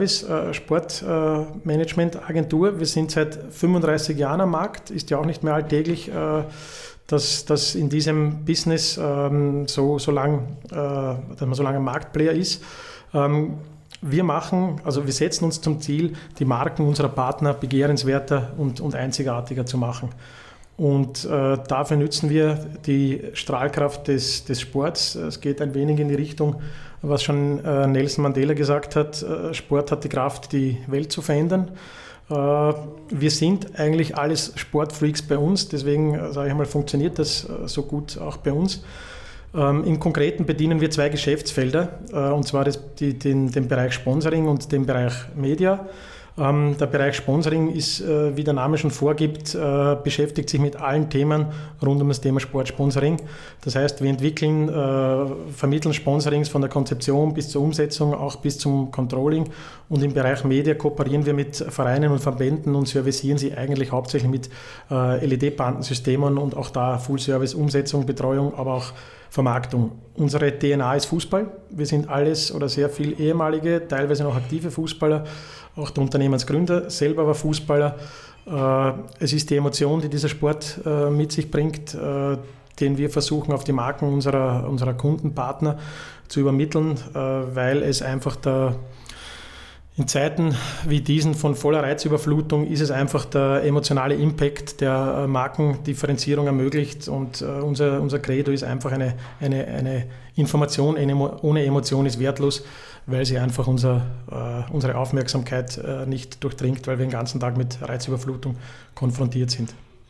Full-Service-Sportmanagement-Agentur. Äh, Wir sind seit fünfunddreißig Jahren am Markt, ist ja auch nicht mehr alltäglich, äh, dass, dass in diesem Business ähm, so, so lang, äh, dass man so lange Marktplayer ist. Ähm, wir machen, also wir setzen uns zum Ziel, die Marken unserer Partner begehrenswerter und, und einzigartiger zu machen. Und äh, dafür nützen wir die Strahlkraft des, des Sports. Es geht ein wenig in die Richtung, was schon äh, Nelson Mandela gesagt hat, äh, Sport hat die Kraft, die Welt zu verändern. Äh, wir sind eigentlich alles Sportfreaks bei uns, deswegen äh, sage ich mal, funktioniert das äh, so gut auch bei uns. Ähm, Im Konkreten bedienen wir zwei Geschäftsfelder, äh, und zwar das, die, den, den Bereich Sponsoring und den Bereich Media. Ähm, der Bereich Sponsoring ist, äh, wie der Name schon vorgibt, äh, beschäftigt sich mit allen Themen rund um das Thema Sportsponsoring. Das heißt, wir entwickeln, äh, vermitteln Sponsorings von der Konzeption bis zur Umsetzung, auch bis zum Controlling. Und im Bereich Media kooperieren wir mit Vereinen und Verbänden und servicieren sie eigentlich hauptsächlich mit äh, L E D-Bandensystemen und auch da Full-Service-Umsetzung, Betreuung, aber auch Vermarktung. Unsere D N A ist Fußball. Wir sind alles oder sehr viel ehemalige, teilweise noch aktive Fußballer. Auch der Unternehmensgründer selber war Fußballer. Es ist die Emotion, die dieser Sport mit sich bringt, den wir versuchen auf die Marken unserer, unserer Kundenpartner zu übermitteln, weil es einfach der in Zeiten wie diesen von voller Reizüberflutung ist es einfach der emotionale Impact, der Markendifferenzierung ermöglicht, und unser, unser Credo ist einfach eine, eine, eine Information ohne Emotion ist wertlos, weil sie einfach unser, unsere Aufmerksamkeit nicht durchdringt, weil wir den ganzen Tag mit Reizüberflutung konfrontiert sind.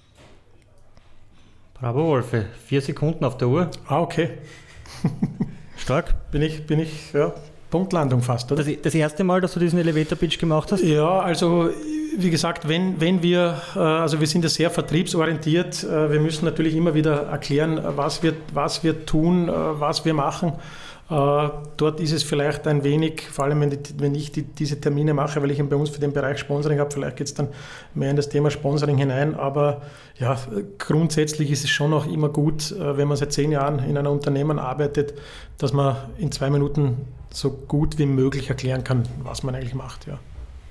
Bravo, Wolfe. Vier Sekunden auf der Uhr. Ah, okay. Stark. Bin ich, bin ich, ja. Punktlandung fast, oder? Das, das erste Mal, dass du diesen Elevator-Pitch gemacht hast? Ja, also wie gesagt, wenn, wenn wir, also wir sind ja sehr vertriebsorientiert, wir müssen natürlich immer wieder erklären, was wir, was wir tun, was wir machen. Dort ist es vielleicht ein wenig, vor allem wenn, die, wenn ich die, diese Termine mache, weil ich ihn bei uns für den Bereich Sponsoring habe, vielleicht geht es dann mehr in das Thema Sponsoring hinein, aber ja, grundsätzlich ist es schon auch immer gut, wenn man seit zehn Jahren in einem Unternehmen arbeitet, dass man in zwei Minuten so gut wie möglich erklären kann, was man eigentlich macht. Ja.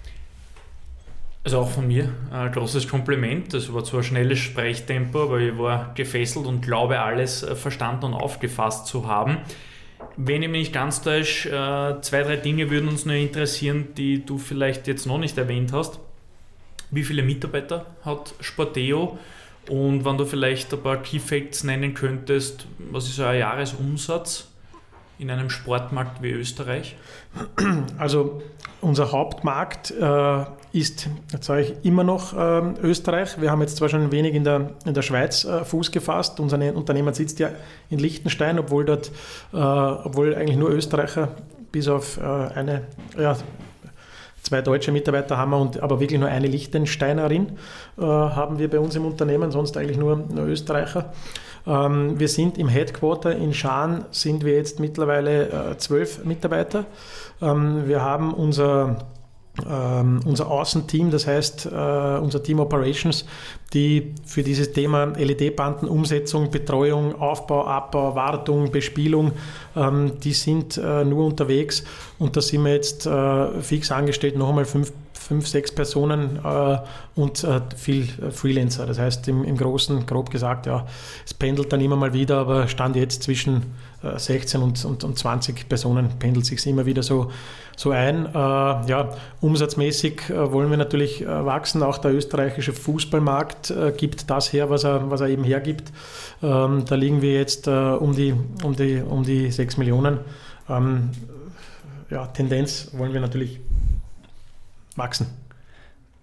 Also auch von mir ein großes Kompliment. Das war zwar ein schnelles Sprechtempo, aber ich war gefesselt und glaube, alles verstanden und aufgefasst zu haben. Wenn ich mich nicht ganz täusche, zwei, drei Dinge würden uns nur interessieren, die du vielleicht jetzt noch nicht erwähnt hast. Wie viele Mitarbeiter hat Sparteo? Und wenn du vielleicht ein paar Key Facts nennen könntest, was ist euer Jahresumsatz in einem Sportmarkt wie Österreich? Also unser Hauptmarkt äh, ist, jetzt sage ich, immer noch äh, Österreich. Wir haben jetzt zwar schon ein wenig in der, in der Schweiz äh, Fuß gefasst. Unser Unternehmen sitzt ja in Liechtenstein, obwohl dort, äh, obwohl eigentlich nur Österreicher, bis auf äh, eine, ja, zwei deutsche Mitarbeiter haben wir, und, aber wirklich nur eine Liechtensteinerin äh, haben wir bei uns im Unternehmen, sonst eigentlich nur, nur Österreicher. Ähm, wir sind im Headquarter in Schaan, sind wir jetzt mittlerweile äh, zwölf Mitarbeiter. Ähm, wir haben unser Ähm, unser Außenteam, das heißt äh, unser Team Operations, die für dieses Thema L E D-Banden, Umsetzung, Betreuung, Aufbau, Abbau, Wartung, Bespielung, ähm, die sind äh, nur unterwegs, und da sind wir jetzt äh, fix angestellt, noch einmal fünf, fünf sechs Personen äh, und äh, viel äh, Freelancer. Das heißt im, im Großen, grob gesagt, ja, es pendelt dann immer mal wieder, aber Stand jetzt zwischen äh, sechzehn und, und, und zwanzig Personen pendelt sich immer wieder so so ein. Äh, ja, umsatzmäßig äh, wollen wir natürlich äh, wachsen. Auch der österreichische Fußballmarkt äh, gibt das her, was er, was er eben hergibt. Ähm, da liegen wir jetzt äh, um die, um die, um die sechs Millionen. Ähm, ja, Tendenz wollen wir natürlich wachsen.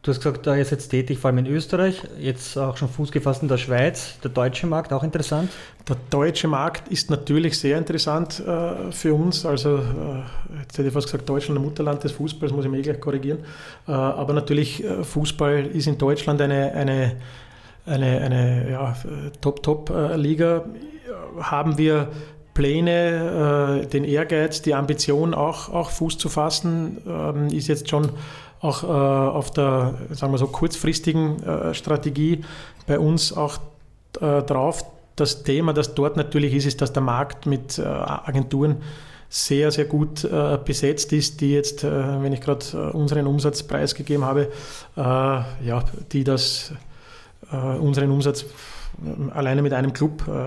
Du hast gesagt, ihr seid tätig, vor allem in Österreich, jetzt auch schon Fuß gefasst in der Schweiz. Der deutsche Markt auch interessant? Der deutsche Markt ist natürlich sehr interessant äh, für uns. Also, äh, jetzt hätte ich fast gesagt, Deutschland ein Mutterland des Fußballs, muss ich mir eh gleich korrigieren. Äh, aber natürlich, äh, Fußball ist in Deutschland eine, eine, eine, eine ja, Top-Top-Liga. Haben wir Pläne, äh, den Ehrgeiz, die Ambition, auch, auch Fuß zu fassen, ähm, ist jetzt schon auch äh, auf der, sagen wir so, kurzfristigen äh, Strategie bei uns auch äh, drauf. Das Thema, das dort natürlich ist, ist, dass der Markt mit äh, Agenturen sehr, sehr gut äh, besetzt ist, die jetzt, äh, wenn ich gerade äh, unseren Umsatz preisgegeben habe, äh, ja, die das, äh, unseren Umsatz alleine mit einem Club äh,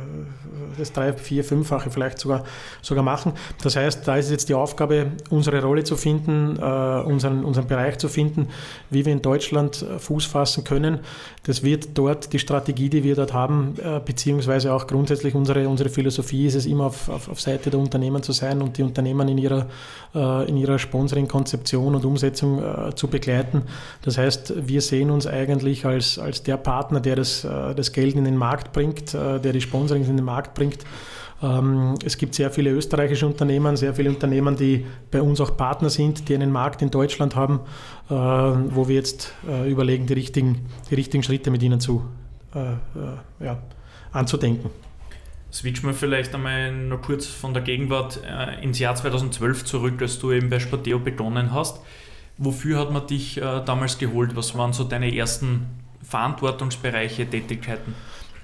das drei-, vier-, fünffache vielleicht sogar, sogar machen. Das heißt, da ist jetzt die Aufgabe, unsere Rolle zu finden, äh, unseren, unseren Bereich zu finden, wie wir in Deutschland Fuß fassen können. Das wird dort die Strategie, die wir dort haben, äh, beziehungsweise auch grundsätzlich unsere, unsere Philosophie ist es immer auf, auf, auf Seite der Unternehmen zu sein und die Unternehmen in ihrer, äh, in ihrer Sponsoring-Konzeption und Umsetzung äh, zu begleiten. Das heißt, wir sehen uns eigentlich als, als der Partner, der das, äh, das Geld in den Markt bringt, der die Sponsorings in den Markt bringt. Es gibt sehr viele österreichische Unternehmen, sehr viele Unternehmen, die bei uns auch Partner sind, die einen Markt in Deutschland haben, wo wir jetzt überlegen, die richtigen, die richtigen Schritte mit ihnen zu, ja, anzudenken. Switchen wir vielleicht einmal noch kurz von der Gegenwart ins Jahr zweitausendzwölf zurück, als du eben bei Sporteo begonnen hast. Wofür hat man dich damals geholt? Was waren so deine ersten Verantwortungsbereiche, Tätigkeiten?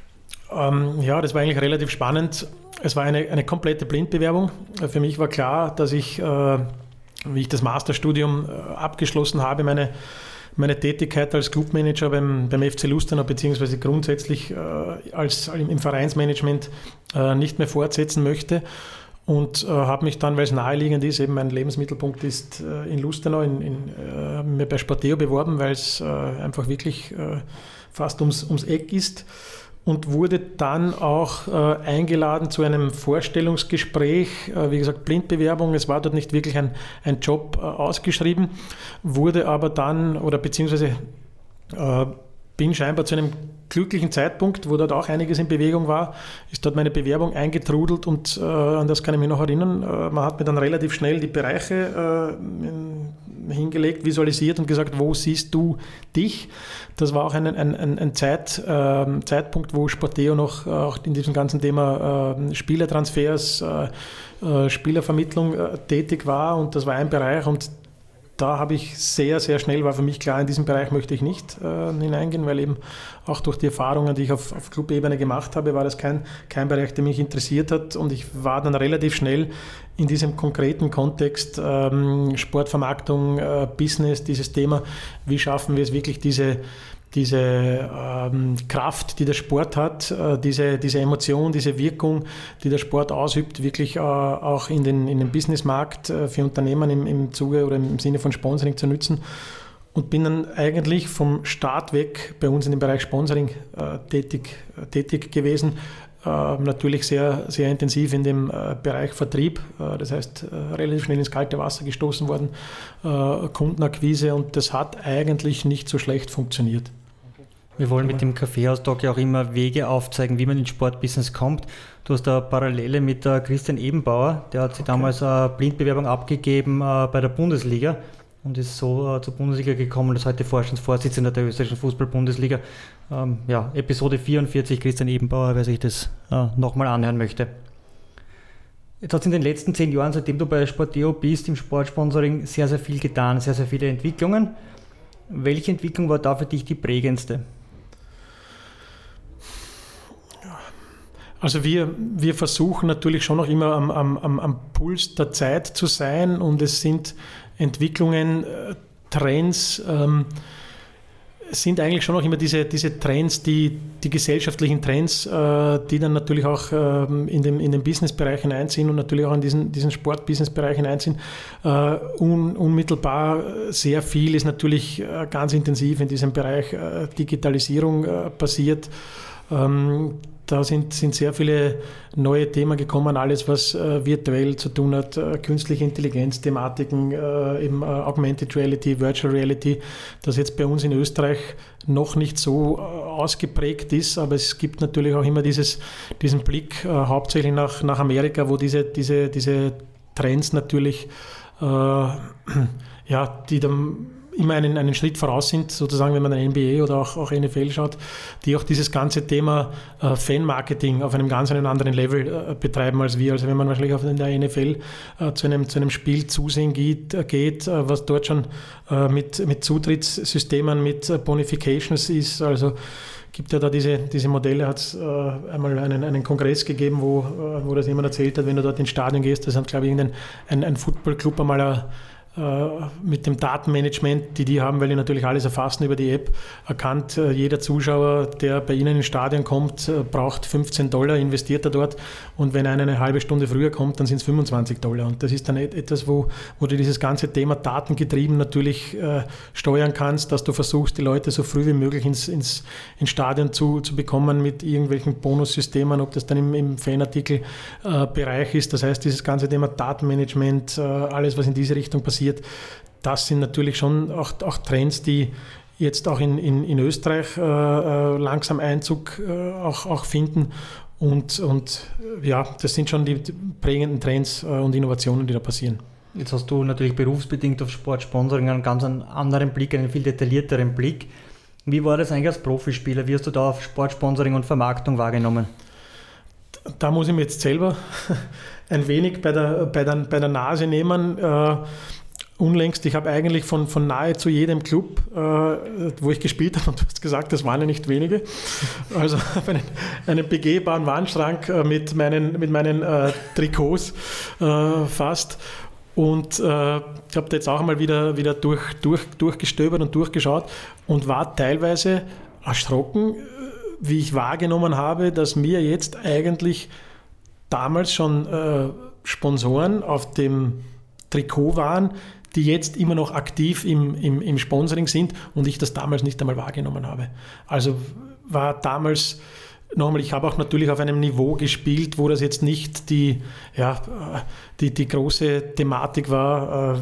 Ähm, ja, das war eigentlich relativ spannend. Es war eine, eine komplette Blindbewerbung. Für mich war klar, dass ich, äh, wie ich das Masterstudium äh, abgeschlossen habe, meine, meine Tätigkeit als Clubmanager beim, beim F C Lustenau beziehungsweise grundsätzlich äh, als, im Vereinsmanagement äh, nicht mehr fortsetzen möchte. Und äh, habe mich dann, weil es naheliegend ist, eben mein Lebensmittelpunkt ist äh, in Lustenau, in, in, äh, mir bei Sporteo beworben, weil es äh, einfach wirklich äh, fast ums, ums Eck ist und wurde dann auch äh, eingeladen zu einem Vorstellungsgespräch, äh, wie gesagt Blindbewerbung, es war dort nicht wirklich ein, ein Job äh, ausgeschrieben, wurde aber dann, oder beziehungsweise äh, bin scheinbar zu einem glücklichen Zeitpunkt, wo dort auch einiges in Bewegung war, ist dort meine Bewerbung eingetrudelt und äh, an das kann ich mich noch erinnern. Äh, man hat mir dann relativ schnell die Bereiche äh, in, hingelegt, visualisiert und gesagt, wo siehst du dich? Das war auch ein, ein, ein, ein Zeit, äh, Zeitpunkt, wo Sporteo noch äh, auch in diesem ganzen Thema äh, Spielertransfers, äh, äh, Spielervermittlung äh, tätig war und das war ein Bereich und da habe ich sehr, sehr schnell, war für mich klar, in diesem Bereich möchte ich nicht äh, hineingehen, weil eben auch durch die Erfahrungen, die ich auf, auf Clubebene gemacht habe, war das kein, kein Bereich, der mich interessiert hat und ich war dann relativ schnell in diesem konkreten Kontext ähm, Sportvermarktung, äh, Business, dieses Thema, wie schaffen wir es wirklich, diese diese ähm, Kraft, die der Sport hat, äh, diese, diese Emotion, diese Wirkung, die der Sport ausübt, wirklich äh, auch in den, in den Businessmarkt äh, für Unternehmen im, im Zuge oder im Sinne von Sponsoring zu nutzen. Und bin dann eigentlich vom Start weg bei uns in dem Bereich Sponsoring äh, tätig, äh, tätig gewesen. Äh, natürlich sehr, sehr intensiv in dem äh, Bereich Vertrieb, äh, das heißt äh, relativ schnell ins kalte Wasser gestoßen worden, äh, Kundenakquise und das hat eigentlich nicht so schlecht funktioniert. Wir wollen mit dem Kaffeehaus-Talk ja auch immer Wege aufzeigen, wie man ins Sportbusiness kommt. Du hast da Parallele mit der Christian Ebenbauer, der hat sich okay. damals eine Blindbewerbung abgegeben äh, bei der Bundesliga und ist so äh, zur Bundesliga gekommen und ist heute Vorstandsvorsitzender der österreichischen Fußball-Bundesliga. Ähm, ja, Episode vierundvierzig, Christian Ebenbauer, wer sich das äh, nochmal anhören möchte. Jetzt hat es in den letzten zehn Jahren, seitdem du bei Sporteo bist, im Sportsponsoring sehr, sehr viel getan, sehr, sehr viele Entwicklungen. Welche Entwicklung war da für dich die prägendste? Also wir, wir versuchen natürlich schon noch immer am, am, am Puls der Zeit zu sein und es sind Entwicklungen, Trends, ähm, es sind eigentlich schon noch immer diese, diese Trends, die, die gesellschaftlichen Trends, äh, die dann natürlich auch äh, in, dem, in den Businessbereich hineinziehen und natürlich auch in diesen, diesen Sport-Business-Bereich hineinziehen. Äh, un, unmittelbar sehr viel ist natürlich äh, ganz intensiv in diesem Bereich äh, Digitalisierung äh, passiert. Ähm, da sind, sind sehr viele neue Themen gekommen, alles was äh, virtuell zu tun hat, äh, künstliche Intelligenz, Thematiken, äh, eben äh, Augmented Reality, Virtual Reality, das jetzt bei uns in Österreich noch nicht so äh, ausgeprägt ist, aber es gibt natürlich auch immer dieses, diesen Blick äh, hauptsächlich nach, nach Amerika, wo diese, diese, diese Trends natürlich äh, ja, die dann immer einen, einen Schritt voraus sind, sozusagen, wenn man N B A oder auch, auch N F L schaut, die auch dieses ganze Thema äh, Fan-Marketing auf einem ganz einen anderen Level äh, betreiben als wir. Also wenn man wahrscheinlich auf in der N F L äh, zu, einem, zu einem Spiel zusehen geht, äh, geht äh, was dort schon äh, mit, mit Zutrittssystemen, mit äh, Bonifications ist, also gibt ja da diese, diese Modelle, hat es äh, einmal einen, einen Kongress gegeben, wo, äh, wo das jemand erzählt hat, wenn du dort ins Stadion gehst, das hat, glaube ich, irgendein ein, ein Footballclub einmal eine, mit dem Datenmanagement, die die haben, weil die natürlich alles erfassen über die App, erkannt, jeder Zuschauer, der bei Ihnen ins Stadion kommt, braucht fünfzehn Dollar, investiert er dort, und wenn einer eine halbe Stunde früher kommt, dann sind es fünfundzwanzig Dollar. Und das ist dann etwas, wo, wo du dieses ganze Thema datengetrieben natürlich äh, steuern kannst, dass du versuchst, die Leute so früh wie möglich ins, ins, ins Stadion zu, zu bekommen mit irgendwelchen Bonussystemen, ob das dann im, im Fanartikel-Bereich äh, ist. Das heißt, dieses ganze Thema Datenmanagement, äh, alles, was in diese Richtung passiert, das sind natürlich schon auch, auch Trends, die jetzt auch in, in, in Österreich äh, langsam Einzug äh, auch, auch finden. Und, und ja, das sind schon die prägenden Trends äh, und Innovationen, die da passieren. Jetzt hast du natürlich berufsbedingt auf Sportsponsoring einen ganz anderen Blick, einen viel detaillierteren Blick. Wie war das eigentlich als Profispieler? Wie hast du da auf Sportsponsoring und Vermarktung wahrgenommen? Da muss ich mir jetzt selber ein wenig bei der, bei der, bei der Nase nehmen. Äh, unlängst, ich habe eigentlich von, von nahezu jedem Club, äh, wo ich gespielt habe, und du hast gesagt, das waren ja nicht wenige, also einen, einen begehbaren Wandschrank äh, mit meinen, mit meinen äh, Trikots äh, fast. Und äh, ich habe da jetzt auch einmal wieder, wieder durch, durch, durchgestöbert und durchgeschaut und war teilweise erschrocken, wie ich wahrgenommen habe, dass mir jetzt eigentlich damals schon äh, Sponsoren auf dem Trikot waren, die jetzt immer noch aktiv im, im, im Sponsoring sind und ich das damals nicht einmal wahrgenommen habe. Also war damals nochmal, ich habe auch natürlich auf einem Niveau gespielt, wo das jetzt nicht die, ja, die, die große Thematik war, äh,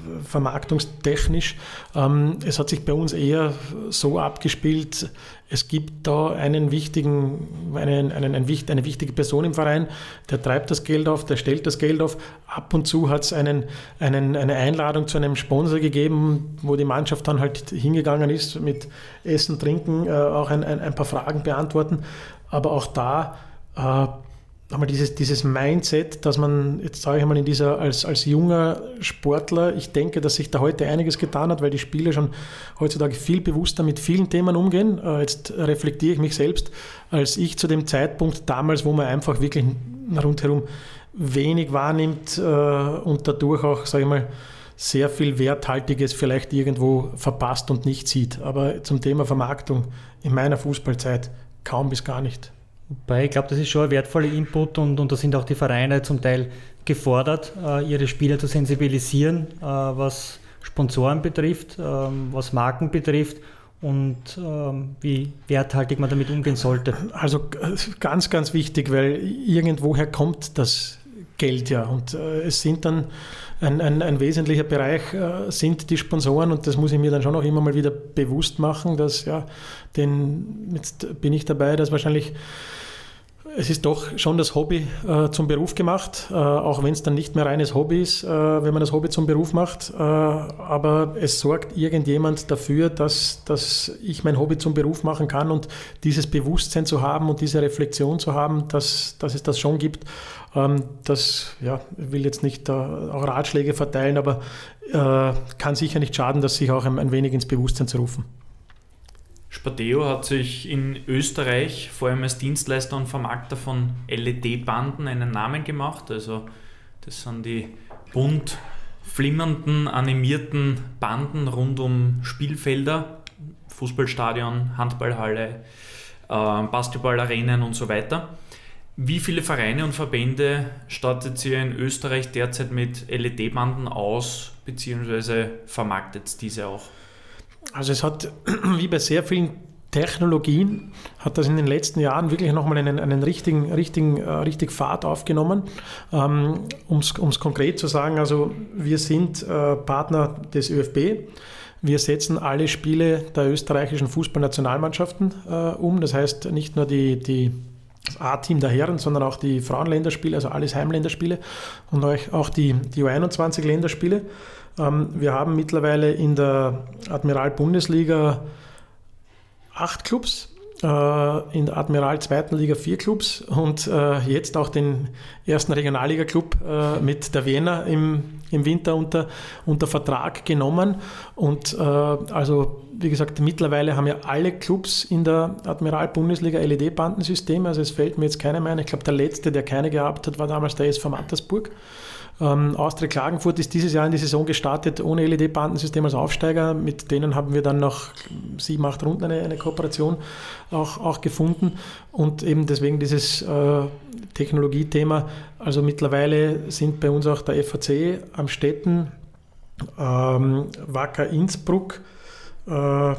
vermarktungstechnisch. Ähm, es hat sich bei uns eher so abgespielt, es gibt da einen wichtigen, einen, einen, einen, eine wichtige Person im Verein, der treibt das Geld auf, der stellt das Geld auf. Ab und zu hat es einen, einen, eine Einladung zu einem Sponsor gegeben, wo die Mannschaft dann halt hingegangen ist mit Essen, Trinken, äh, auch ein, ein, ein paar Fragen beantworten. Aber auch da äh, nochmal dieses, dieses Mindset, dass man, jetzt sage ich mal, in dieser als, als junger Sportler, ich denke, dass sich da heute einiges getan hat, weil die Spieler schon heutzutage viel bewusster mit vielen Themen umgehen. Äh, jetzt reflektiere ich mich selbst, als ich zu dem Zeitpunkt damals, wo man einfach wirklich rundherum wenig wahrnimmt äh, und dadurch auch, sage ich mal, sehr viel Werthaltiges vielleicht irgendwo verpasst und nicht sieht. Aber zum Thema Vermarktung in meiner Fußballzeit kaum bis gar nicht. Wobei, ich glaube, das ist schon ein wertvoller Input und, und da sind auch die Vereine zum Teil gefordert, äh, ihre Spieler zu sensibilisieren, äh, was Sponsoren betrifft, äh, was Marken betrifft und äh, wie werthaltig man damit umgehen sollte. Also ganz, ganz wichtig, weil irgendwoher kommt das Geld ja und äh, es sind dann ein, ein, ein wesentlicher Bereich äh, sind die Sponsoren und das muss ich mir dann schon auch immer mal wieder bewusst machen, dass ja, den, jetzt bin ich dabei, dass wahrscheinlich es ist doch schon das Hobby äh, zum Beruf gemacht, äh, auch wenn es dann nicht mehr reines Hobby ist, äh, wenn man das Hobby zum Beruf macht, äh, aber es sorgt irgendjemand dafür, dass, dass ich mein Hobby zum Beruf machen kann und dieses Bewusstsein zu haben und diese Reflexion zu haben, dass, dass es das schon gibt. Ähm, das, ja, ich will jetzt nicht äh, auch Ratschläge verteilen, aber äh, kann sicher nicht schaden, das sich auch ein, ein wenig ins Bewusstsein zu rufen. Sporteo hat sich in Österreich vor allem als Dienstleister und Vermarkter von L E D-Banden einen Namen gemacht. Also das sind die bunt flimmernden, animierten Banden rund um Spielfelder, Fußballstadion, Handballhalle, äh, Basketballarenen und so weiter. Wie viele Vereine und Verbände stattet ihr in Österreich derzeit mit L E D-Banden aus, beziehungsweise vermarktet diese auch? Also es hat, wie bei sehr vielen Technologien hat das in den letzten Jahren wirklich nochmal einen, einen richtigen, richtigen, äh, richtig Fahrt aufgenommen. Ähm, um es konkret zu sagen, also wir sind äh, Partner des ÖFB. Wir setzen alle Spiele der österreichischen Fußballnationalmannschaften äh, um. Das heißt nicht nur die, die das A-Team der Herren, sondern auch die Frauenländerspiele, also alles Heimländerspiele und auch die, die U einundzwanzig Länderspiele. Ähm, wir haben mittlerweile in der Admiral-Bundesliga acht Clubs, äh, in der Admiral zweiten Liga vier Clubs und äh, jetzt auch den ersten Regionalliga-Club äh, mit der Wiener im, im Winter unter, unter Vertrag genommen. Und äh, also wie gesagt, mittlerweile haben ja alle Clubs in der Admiral-Bundesliga L E D-Bandensysteme, also es fällt mir jetzt keiner mehr ein. Ich glaube, der letzte, der keine gehabt hat, war damals der S V Mattersburg. Ähm, Austria Klagenfurt ist dieses Jahr in die Saison gestartet ohne L E D-Bandensystem als Aufsteiger. Mit denen haben wir dann nach sieben, acht Runden eine, eine Kooperation auch, auch gefunden. Und eben deswegen dieses äh, Technologiethema. Also mittlerweile sind bei uns auch der F A C am Stetten, ähm, Wacker Innsbruck äh,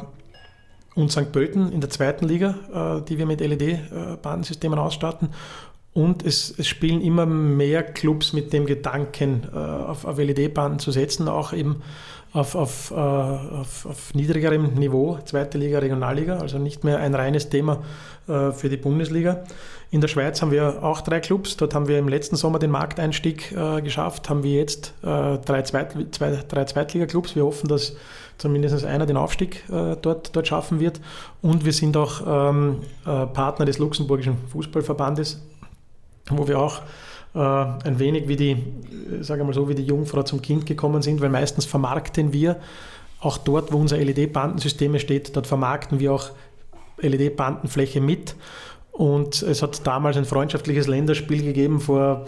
und Sankt Pölten in der zweiten Liga, äh, die wir mit L E D-Bandensystemen ausstatten. Und es, es spielen immer mehr Clubs mit dem Gedanken, äh, auf, auf L E D-Banden zu setzen, auch eben auf, auf, äh, auf, auf niedrigerem Niveau, zweite Liga, Regionalliga, also nicht mehr ein reines Thema äh, für die Bundesliga. In der Schweiz haben wir auch drei Clubs, dort haben wir im letzten Sommer den Markteinstieg äh, geschafft, haben wir jetzt äh, drei, Zweit, zwei, drei Zweitliga-Clubs. Wir hoffen, dass zumindest einer den Aufstieg äh, dort, dort schaffen wird. Und wir sind auch ähm, äh, Partner des Luxemburgischen Fußballverbandes, wo wir auch äh, ein wenig wie die, sage ich mal so, wie die Jungfrau zum Kind gekommen sind, weil meistens vermarkten wir auch dort, wo unser L E D-Bandensystem steht, dort vermarkten wir auch L E D-Bandenfläche mit. Und es hat damals ein freundschaftliches Länderspiel gegeben vor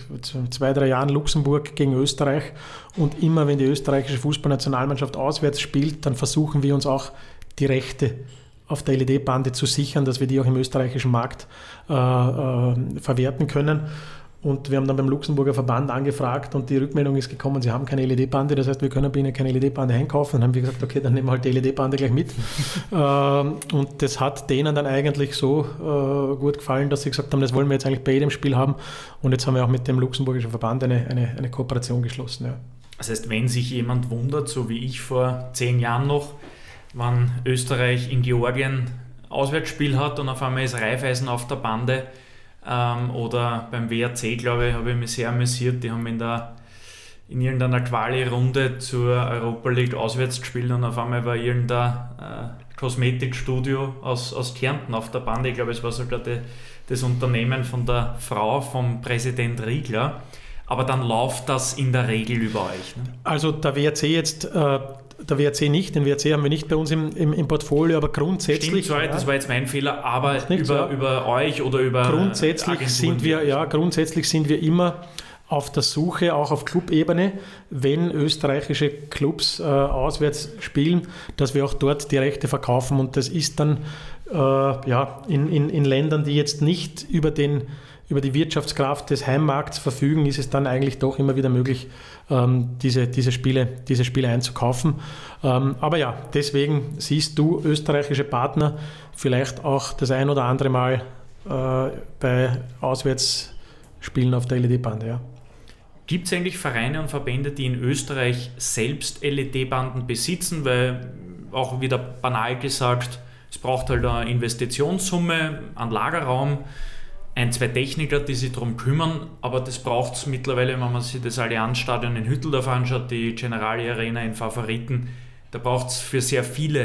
zwei, drei Jahren, Luxemburg gegen Österreich. Und immer wenn die österreichische Fußballnationalmannschaft auswärts spielt, dann versuchen wir uns auch die Rechte auf der L E D-Bande zu sichern, dass wir die auch im österreichischen Markt äh, äh, verwerten können. Und wir haben dann beim Luxemburger Verband angefragt und die Rückmeldung ist gekommen, sie haben keine L E D-Bande, das heißt, wir können bei ihnen keine L E D-Bande einkaufen. Dann haben wir gesagt, okay, dann nehmen wir halt die L E D-Bande gleich mit. äh, und das hat denen dann eigentlich so äh, gut gefallen, dass sie gesagt haben, das wollen wir jetzt eigentlich bei jedem Spiel haben. Und jetzt haben wir auch mit dem Luxemburgischen Verband eine, eine, eine Kooperation geschlossen. Ja. Das heißt, wenn sich jemand wundert, so wie ich vor zehn Jahren noch, wann Österreich in Georgien Auswärtsspiel hat und auf einmal ist Raiffeisen auf der Bande, ähm, oder beim W R C, glaube ich, habe ich mich sehr amüsiert, die haben in, der, in irgendeiner Quali-Runde zur Europa League auswärts gespielt und auf einmal war irgendein äh, Kosmetikstudio aus, aus Kärnten auf der Bande, ich glaube, es war sogar die, das Unternehmen von der Frau vom Präsident Riegler, aber dann läuft das in der Regel über euch. Ne? Also der W R C jetzt... Äh Der W R C nicht, den W R C haben wir nicht bei uns im, im, im Portfolio, aber grundsätzlich... Stimmt, sorry, ja, das war jetzt mein Fehler, aber über, so. über euch oder über grundsätzlich sind wir, ja, grundsätzlich sind wir immer auf der Suche, auch auf Clubebene, wenn österreichische Clubs äh, auswärts spielen, dass wir auch dort die Rechte verkaufen und das ist dann äh, ja, in, in, in Ländern, die jetzt nicht über den über die Wirtschaftskraft des Heimmarkts verfügen, ist es dann eigentlich doch immer wieder möglich, ähm, diese, diese, Spiele, diese Spiele einzukaufen. Ähm, aber ja, deswegen siehst du österreichische Partner vielleicht auch das ein oder andere Mal äh, bei Auswärtsspielen auf der L E D-Bande. Ja. Gibt es eigentlich Vereine und Verbände, die in Österreich selbst L E D-Banden besitzen? Weil auch wieder banal gesagt, es braucht halt eine Investitionssumme an Lagerraum, ein, zwei Techniker, die sich darum kümmern, aber das braucht es mittlerweile, wenn man sich das Allianzstadion in Hütteldorf anschaut, die Generali Arena in Favoriten, da braucht es für sehr viele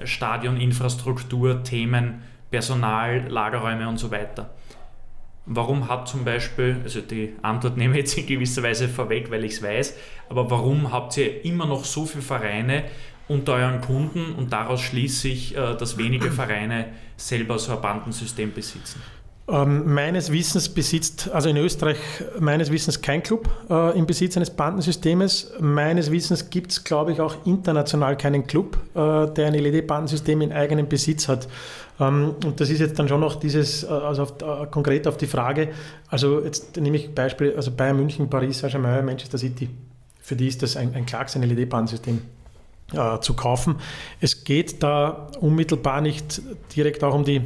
Stadioninfrastruktur, Themen, Personal, Lagerräume und so weiter. Warum hat zum Beispiel, also die Antwort nehme ich jetzt in gewisser Weise vorweg, weil ich es weiß, aber warum habt ihr immer noch so viele Vereine unter euren Kunden und daraus schließe ich, dass wenige Vereine selber so ein Bandensystem besitzen? Ähm, meines Wissens besitzt, also in Österreich meines Wissens kein Club äh, im Besitz eines Bandensystems. Meines Wissens gibt es, glaube ich, auch international keinen Club, äh, der ein L E D-Bandensystem in eigenem Besitz hat. Ähm, und das ist jetzt dann schon noch dieses, äh, also auf, äh, konkret auf die Frage, also jetzt nehme ich Beispiel, also Bayern München, Paris Saint-Germain, Manchester City. Für die ist das ein, ein klares L E D-Bandensystem. äh, zu kaufen. Es geht da unmittelbar nicht direkt auch um die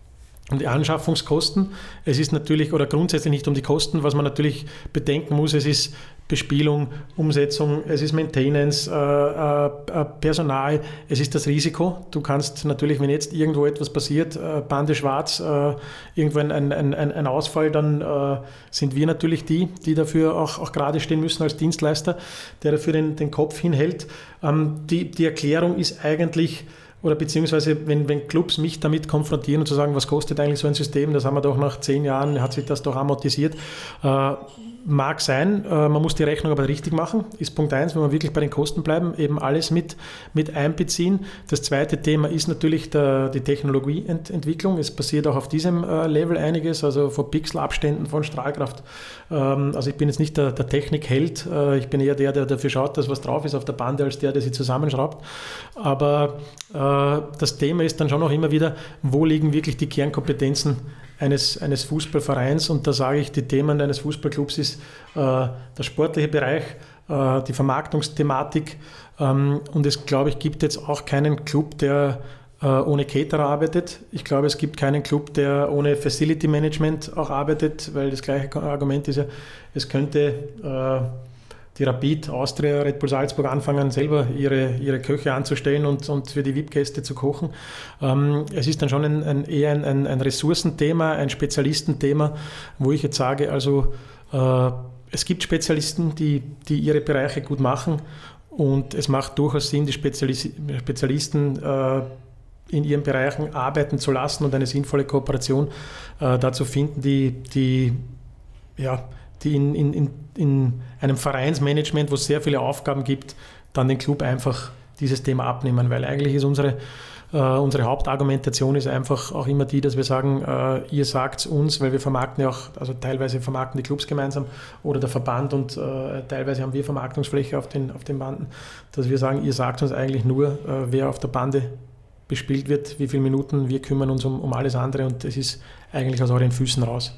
Um die Anschaffungskosten. Es ist natürlich, oder grundsätzlich nicht um die Kosten, was man natürlich bedenken muss, es ist Bespielung, Umsetzung, es ist Maintenance, äh, äh, Personal, es ist das Risiko. Du kannst natürlich, wenn jetzt irgendwo etwas passiert, äh, Bande schwarz, äh, irgendwo ein, ein, ein, ein Ausfall, dann äh, sind wir natürlich die, die dafür auch, auch gerade stehen müssen als Dienstleister, der dafür den, den Kopf hinhält. Ähm, die, die Erklärung ist eigentlich, oder beziehungsweise wenn, wenn Clubs mich damit konfrontieren und zu sagen, was kostet eigentlich so ein System, das haben wir doch nach zehn Jahren, hat sich das doch amortisiert. Äh, mag sein, äh, man muss die Rechnung aber richtig machen, ist Punkt eins, wenn wir wirklich bei den Kosten bleiben, eben alles mit, mit einbeziehen. Das zweite Thema ist natürlich der, die Technologieentwicklung. Es passiert auch auf diesem äh, Level einiges, also von Pixelabständen, von Strahlkraft. Ähm, also ich bin jetzt nicht der, der Technikheld, äh, ich bin eher der, der dafür schaut, dass was drauf ist auf der Bande, als der, der sie zusammenschraubt. Aber äh, das Thema ist dann schon auch immer wieder, wo liegen wirklich die Kernkompetenzen eines, eines Fußballvereins, und da sage ich, die Themen eines Fußballclubs ist äh, der sportliche Bereich, äh, die Vermarktungsthematik, ähm, und es, glaube ich, gibt jetzt auch keinen Club, der äh, ohne Caterer arbeitet. Ich glaube, es gibt keinen Club, der ohne Facility Management auch arbeitet, weil das gleiche Argument ist ja, es könnte äh, die Rapid, Austria, Red Bull Salzburg anfangen, selber ihre, ihre Köche anzustellen und, und für die V I P-Gäste zu kochen. Ähm, es ist dann schon ein, ein, eher ein, ein, ein Ressourcenthema, ein Spezialistenthema, wo ich jetzt sage, also äh, es gibt Spezialisten, die, die ihre Bereiche gut machen, und es macht durchaus Sinn, die Spezialis- Spezialisten äh, in ihren Bereichen arbeiten zu lassen und eine sinnvolle Kooperation äh, dazu finden, die, die ja, die in, in, in einem Vereinsmanagement, wo es sehr viele Aufgaben gibt, dann den Club einfach dieses Thema abnehmen, weil eigentlich ist unsere, äh, unsere Hauptargumentation ist einfach auch immer die, dass wir sagen, äh, ihr sagt uns, weil wir vermarkten ja auch, also teilweise vermarkten die Clubs gemeinsam oder der Verband, und äh, teilweise haben wir Vermarktungsfläche auf den, auf den Banden, dass wir sagen, ihr sagt uns eigentlich nur, äh, wer auf der Bande bespielt wird, wie viele Minuten, wir kümmern uns um, um alles andere, und es ist eigentlich aus euren Füßen raus.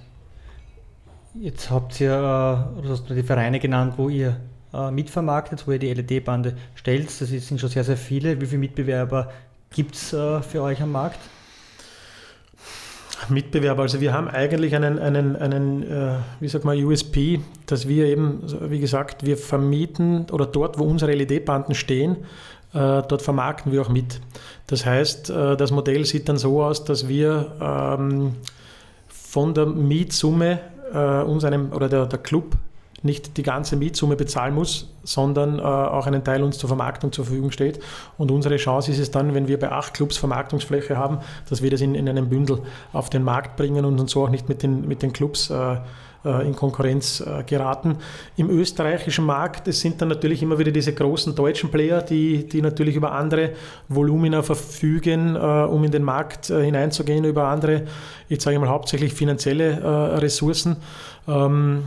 Jetzt habt ihr, äh, du hast die Vereine genannt, wo ihr äh, mitvermarktet, wo ihr die L E D-Bande stellt. Das sind schon sehr, sehr viele. Wie viele Mitbewerber gibt es äh, für euch am Markt? Mitbewerber, also wir haben eigentlich einen, einen, einen äh, wie sagt man, U S P, dass wir eben, wie gesagt, wir vermieten, oder dort, wo unsere L E D-Banden stehen, äh, dort vermarkten wir auch mit. Das heißt, äh, das Modell sieht dann so aus, dass wir ähm, von der Mietsumme Uh, uns einem, oder der, der Club nicht die ganze Mietsumme bezahlen muss, sondern uh, auch einen Teil uns zur Vermarktung zur Verfügung steht. Und unsere Chance ist es dann, wenn wir bei acht Clubs Vermarktungsfläche haben, dass wir das in, in einem Bündel auf den Markt bringen und uns so auch nicht mit den, mit den Clubs uh, in Konkurrenz geraten. Im österreichischen Markt, es sind dann natürlich immer wieder diese großen deutschen Player, die, die natürlich über andere Volumina verfügen, um in den Markt hineinzugehen, über andere, ich sage mal hauptsächlich finanzielle Ressourcen. Ähm,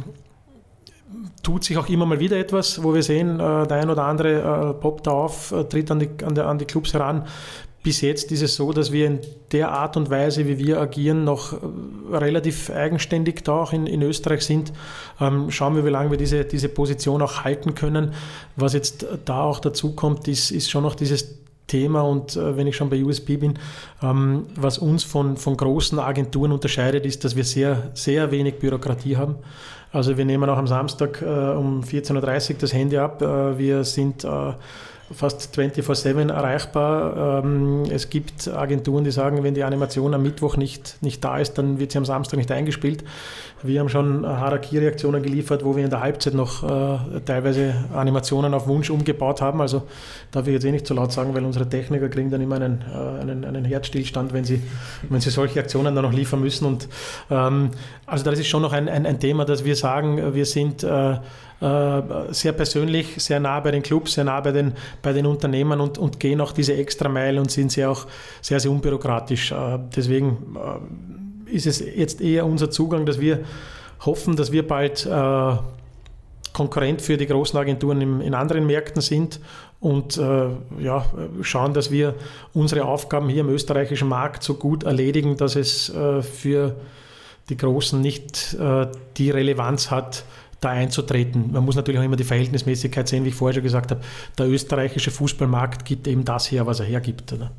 tut sich auch immer mal wieder etwas, wo wir sehen, der ein oder andere poppt da auf, tritt an die, an, die, an die Clubs heran. Bis jetzt ist es so, dass wir in der Art und Weise, wie wir agieren, noch relativ eigenständig da auch in, in Österreich sind. Ähm, schauen wir, wie lange wir diese, diese Position auch halten können. Was jetzt da auch dazu kommt, ist, ist schon noch dieses Thema, und äh, wenn ich schon bei U S P bin, ähm, was uns von, von großen Agenturen unterscheidet, ist, dass wir sehr, sehr wenig Bürokratie haben. Also wir nehmen auch am Samstag äh, um vierzehn Uhr dreißig das Handy ab. Äh, wir sind äh, fast vierundzwanzig sieben erreichbar. Es gibt Agenturen, die sagen, wenn die Animation am Mittwoch nicht, nicht da ist, dann wird sie am Samstag nicht eingespielt. Wir haben schon Harakiri-Reaktionen geliefert, wo wir in der Halbzeit noch äh, teilweise Animationen auf Wunsch umgebaut haben. Also darf ich jetzt eh nicht so laut sagen, weil unsere Techniker kriegen dann immer einen, äh, einen, einen Herzstillstand, wenn sie, wenn sie solche Aktionen dann noch liefern müssen. Und ähm, also das ist schon noch ein, ein, ein Thema, dass wir sagen, wir sind äh, sehr persönlich, sehr nah bei den Clubs, sehr nah bei den, bei den Unternehmern und, und gehen auch diese Extrameile und sind sehr auch sehr, sehr unbürokratisch. Deswegen ist es jetzt eher unser Zugang, dass wir hoffen, dass wir bald äh, Konkurrent für die großen Agenturen im, in anderen Märkten sind und äh, ja, schauen, dass wir unsere Aufgaben hier im österreichischen Markt so gut erledigen, dass es äh, für die Großen nicht äh, die Relevanz hat, da einzutreten. Man muss natürlich auch immer die Verhältnismäßigkeit sehen, wie ich vorher schon gesagt habe. Der österreichische Fußballmarkt gibt eben das her, was er hergibt. Oder?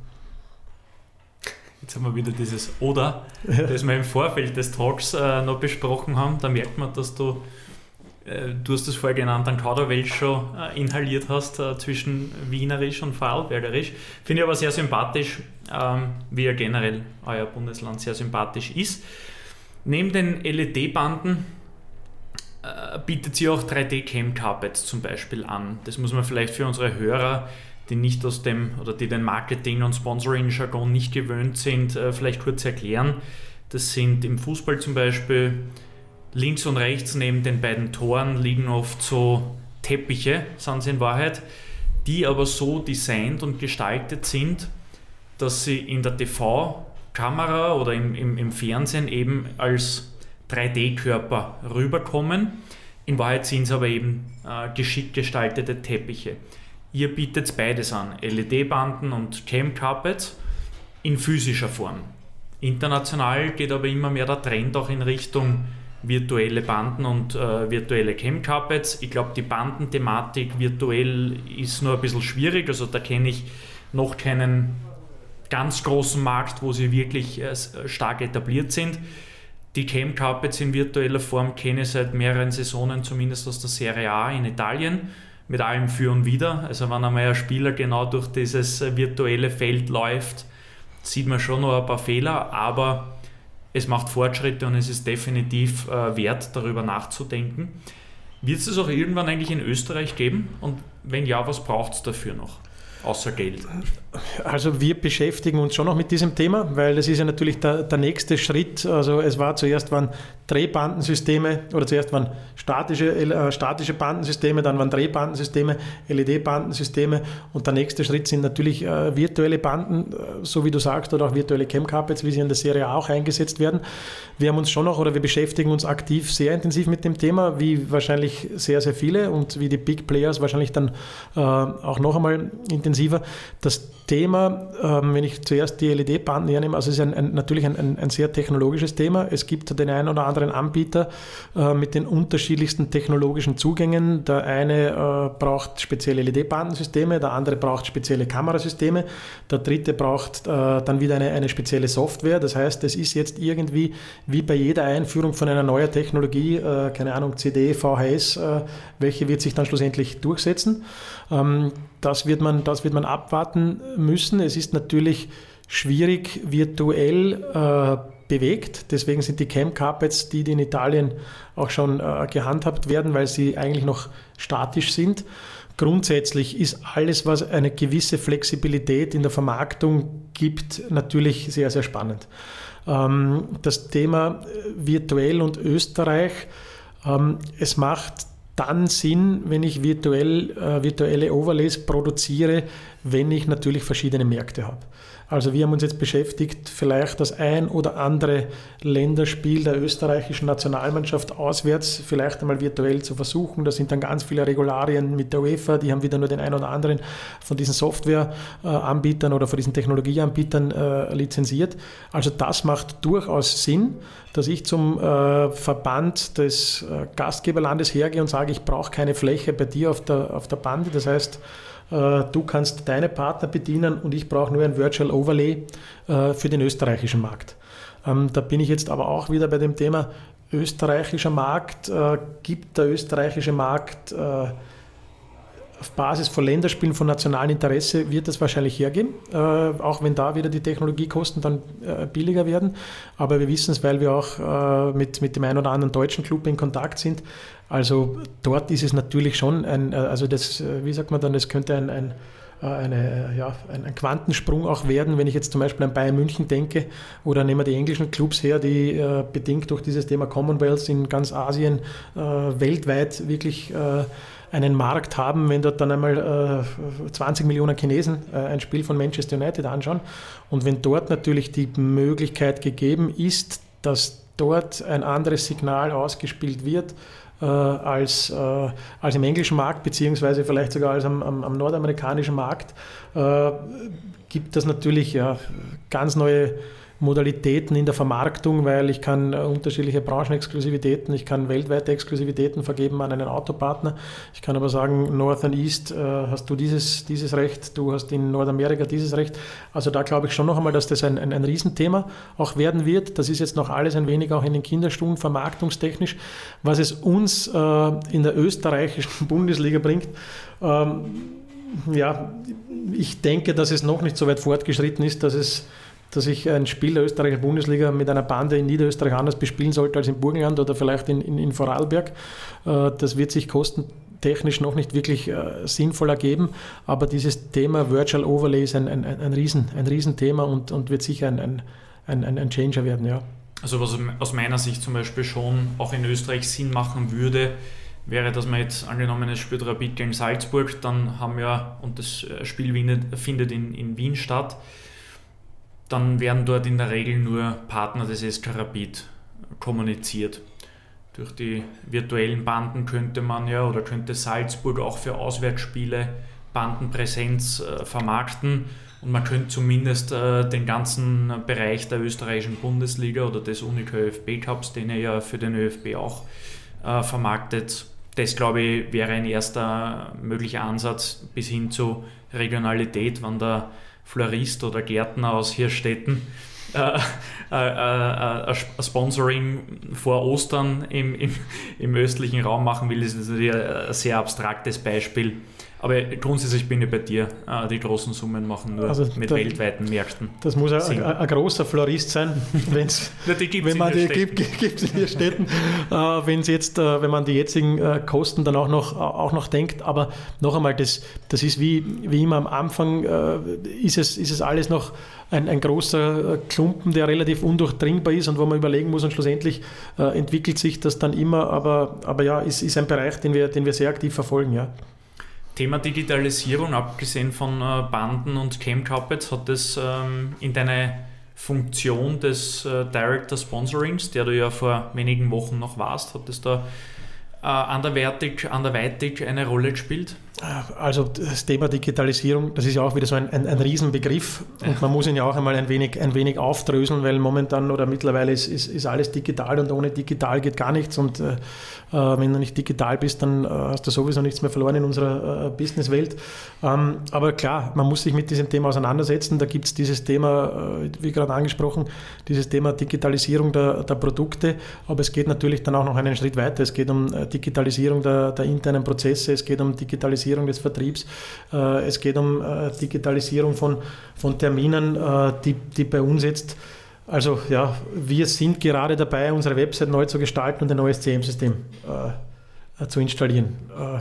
Jetzt haben wir wieder dieses Oder, das wir im Vorfeld des Talks äh, noch besprochen haben. Da merkt man, dass du, äh, du hast das vorher genannt, einen Kauderwelsch schon äh, inhaliert hast äh, zwischen Wienerisch und Vorarlbergerisch. Finde ich aber sehr sympathisch, ähm, wie ja generell euer Bundesland sehr sympathisch ist. Neben den L E D-Banden äh, bietet sie auch drei D-Cam-Carpets zum Beispiel an. Das muss man vielleicht für unsere Hörer, die nicht aus dem oder die den Marketing- und Sponsoring-Jargon nicht gewöhnt sind, äh, vielleicht kurz erklären. Das sind im Fußball zum Beispiel links und rechts neben den beiden Toren liegen oft so Teppiche, sind sie in Wahrheit, die aber so designt und gestaltet sind, dass sie in der T V-Kamera oder im, im, im Fernsehen eben als drei D-Körper rüberkommen. In Wahrheit sind es aber eben äh, geschickt gestaltete Teppiche. Ihr bietet beides an, L E D-Banden und Cam-Carpets in physischer Form. International geht aber immer mehr der Trend auch in Richtung virtuelle Banden und äh, virtuelle Cam-Carpets. Ich glaube, die Bandenthematik virtuell ist nur ein bisschen schwierig, also da kenne ich noch keinen ganz großen Markt, wo sie wirklich äh, stark etabliert sind. Die Cam-Carpets in virtueller Form kenne ich seit mehreren Saisonen, zumindest aus der Serie A in Italien, mit allem für und wider. Also wenn einmal ein Spieler genau durch dieses virtuelle Feld läuft, sieht man schon noch ein paar Fehler, aber es macht Fortschritte und es ist definitiv äh, wert, darüber nachzudenken. Wird es das auch irgendwann eigentlich in Österreich geben? Und wenn ja, was braucht es dafür noch? Außer Geld. Also wir beschäftigen uns schon noch mit diesem Thema, weil das ist ja natürlich der, der nächste Schritt. Also es war zuerst waren Drehbandensysteme oder zuerst waren statische, äh, statische Bandensysteme, dann waren Drehbandensysteme, L E D-Bandensysteme und der nächste Schritt sind natürlich äh, virtuelle Banden, äh, so wie du sagst, oder auch virtuelle Cam-Carpets, wie sie in der Serie auch eingesetzt werden. Wir haben uns schon noch oder wir beschäftigen uns aktiv sehr intensiv mit dem Thema, wie wahrscheinlich sehr, sehr viele und wie die Big Players wahrscheinlich dann äh, auch noch einmal intensiver. Das Thema, ähm, wenn ich zuerst die L E D-Banden hernehme, also es ist ein, ein, natürlich ein, ein, ein sehr technologisches Thema. Es gibt den einen oder anderen Anbieter äh, mit den unterschiedlichsten technologischen Zugängen. Der eine äh, braucht spezielle L E D-Bandensysteme, der andere braucht spezielle Kamerasysteme, der dritte braucht äh, dann wieder eine, eine spezielle Software. Das heißt, es ist jetzt irgendwie wie bei jeder Einführung von einer neuen Technologie, äh, keine Ahnung, C D, V H S, äh, welche wird sich dann schlussendlich durchsetzen. Ähm, das wird man, das wird man abwarten müssen. Es ist natürlich schwierig virtuell äh, bewegt. Deswegen sind die Cam-Carpets, die, die in Italien auch schon äh, gehandhabt werden, weil sie eigentlich noch statisch sind. Grundsätzlich ist alles, was eine gewisse Flexibilität in der Vermarktung gibt, natürlich sehr, sehr spannend. Ähm, das Thema virtuell und Österreich, ähm, es macht dann Sinn, wenn ich virtuell, äh, virtuelle Overlays produziere, wenn ich natürlich verschiedene Märkte habe. Also wir haben uns jetzt beschäftigt, vielleicht das ein oder andere Länderspiel der österreichischen Nationalmannschaft auswärts vielleicht einmal virtuell zu versuchen. Da sind dann ganz viele Regularien mit der UEFA, die haben wieder nur den einen oder anderen von diesen Softwareanbietern oder von diesen Technologieanbietern äh, lizenziert. Also das macht durchaus Sinn, dass ich zum äh, Verband des äh, Gastgeberlandes hergehe und sage, ich brauche keine Fläche bei dir auf der, auf der Bande. Das heißt, du kannst deine Partner bedienen und ich brauche nur ein Virtual Overlay äh, für den österreichischen Markt. Ähm, da bin ich jetzt aber auch wieder bei dem Thema österreichischer Markt. Äh, gibt der österreichische Markt äh, auf Basis von Länderspielen von nationalem Interesse, wird das wahrscheinlich hergeben, äh, auch wenn da wieder die Technologiekosten dann äh, billiger werden. Aber wir wissen es, weil wir auch äh, mit, mit dem einen oder anderen deutschen Club in Kontakt sind. Also dort ist es natürlich schon ein, also das, wie sagt man dann, das könnte ein, ein, eine, ja, ein, ein Quantensprung auch werden, wenn ich jetzt zum Beispiel an Bayern München denke oder nehmen wir die englischen Clubs her, die äh, bedingt durch dieses Thema Commonwealth in ganz Asien äh, weltweit wirklich äh, einen Markt haben, wenn dort dann einmal äh, zwanzig Millionen Chinesen äh, ein Spiel von Manchester United anschauen und wenn dort natürlich die Möglichkeit gegeben ist, dass dort ein anderes Signal ausgespielt wird, Äh, als, äh, als im englischen Markt, beziehungsweise vielleicht sogar als am, am, am nordamerikanischen Markt, äh, gibt das natürlich ja, ganz neue Modalitäten in der Vermarktung, weil ich kann unterschiedliche Branchenexklusivitäten, ich kann weltweite Exklusivitäten vergeben an einen Autopartner. Ich kann aber sagen, North and East äh, hast du dieses, dieses Recht, du hast in Nordamerika dieses Recht. Also da glaube ich schon noch einmal, dass das ein, ein, ein Riesenthema auch werden wird. Das ist jetzt noch alles ein wenig auch in den Kinderschuhen vermarktungstechnisch. Was es uns äh, in der österreichischen Bundesliga bringt, ähm, ja, ich denke, dass es noch nicht so weit fortgeschritten ist, dass es dass ich ein Spiel der österreichischen Bundesliga mit einer Bande in Niederösterreich anders bespielen sollte als im Burgenland oder vielleicht in, in, in Vorarlberg. Das wird sich kostentechnisch noch nicht wirklich sinnvoll ergeben, aber dieses Thema Virtual Overlay ist ein, ein, ein, Riesen, ein Riesenthema und, und wird sicher ein, ein, ein, ein Changer werden. Ja. Also was aus meiner Sicht zum Beispiel schon auch in Österreich Sinn machen würde, wäre, dass man jetzt angenommen, es spielt Rapid gegen Salzburg, dann haben wir, und das Spiel findet in, in Wien statt, dann werden dort in der Regel nur Partner des S K Rapid kommuniziert. Durch die virtuellen Banden könnte man ja oder könnte Salzburg auch für Auswärtsspiele Bandenpräsenz äh, vermarkten und man könnte zumindest äh, den ganzen Bereich der österreichischen Bundesliga oder des Unic ÖFB Cups, den er ja für den ÖFB auch äh, vermarktet. Das, glaube ich, wäre ein erster möglicher Ansatz bis hin zu Regionalität, wenn der Florist oder Gärtner aus Hirstetten äh, äh, äh, äh, Sponsoring vor Ostern im, im, im östlichen Raum machen will. Das ist natürlich ein sehr abstraktes Beispiel. Aber grundsätzlich bin ich bei dir. Die großen Summen machen nur also mit da, weltweiten Märkten. Das muss ein, ein, ein großer Florist sein, wenn's, ja, die wenn man die gibt, gibt in den Städten. äh, wenn's jetzt, äh, wenn man die jetzigen äh, Kosten dann auch noch, auch noch denkt. Aber noch einmal, das, das ist wie, wie immer am Anfang, äh, ist, es, ist es alles noch ein, ein großer Klumpen, der relativ undurchdringbar ist und wo man überlegen muss und schlussendlich äh, entwickelt sich das dann immer. Aber, aber ja, ist, ist ein Bereich, den wir, den wir sehr aktiv verfolgen, ja. Thema Digitalisierung, abgesehen von äh, Banden und Cam-Carpets, hat das ähm, in deine Funktion des äh, Director Sponsorings, der du ja vor wenigen Wochen noch warst, hat das da äh, anderweitig, anderweitig eine Rolle gespielt? Also das Thema Digitalisierung, das ist ja auch wieder so ein, ein, ein Riesenbegriff und man muss ihn ja auch einmal ein wenig, ein wenig aufdröseln, weil momentan oder mittlerweile ist, ist, ist alles digital und ohne digital geht gar nichts und äh, wenn du nicht digital bist, dann äh, hast du sowieso nichts mehr verloren in unserer äh, Businesswelt. Ähm, aber klar, man muss sich mit diesem Thema auseinandersetzen. Da gibt es dieses Thema, äh, wie gerade angesprochen, dieses Thema Digitalisierung der, der Produkte, aber es geht natürlich dann auch noch einen Schritt weiter. Es geht um äh, Digitalisierung der, der internen Prozesse, es geht um Digitalisierung des Vertriebs. Äh, es geht um äh, Digitalisierung von, von Terminen, äh, die, die bei uns jetzt, also ja, wir sind gerade dabei, unsere Website neu zu gestalten und ein neues C R M-System äh, zu installieren.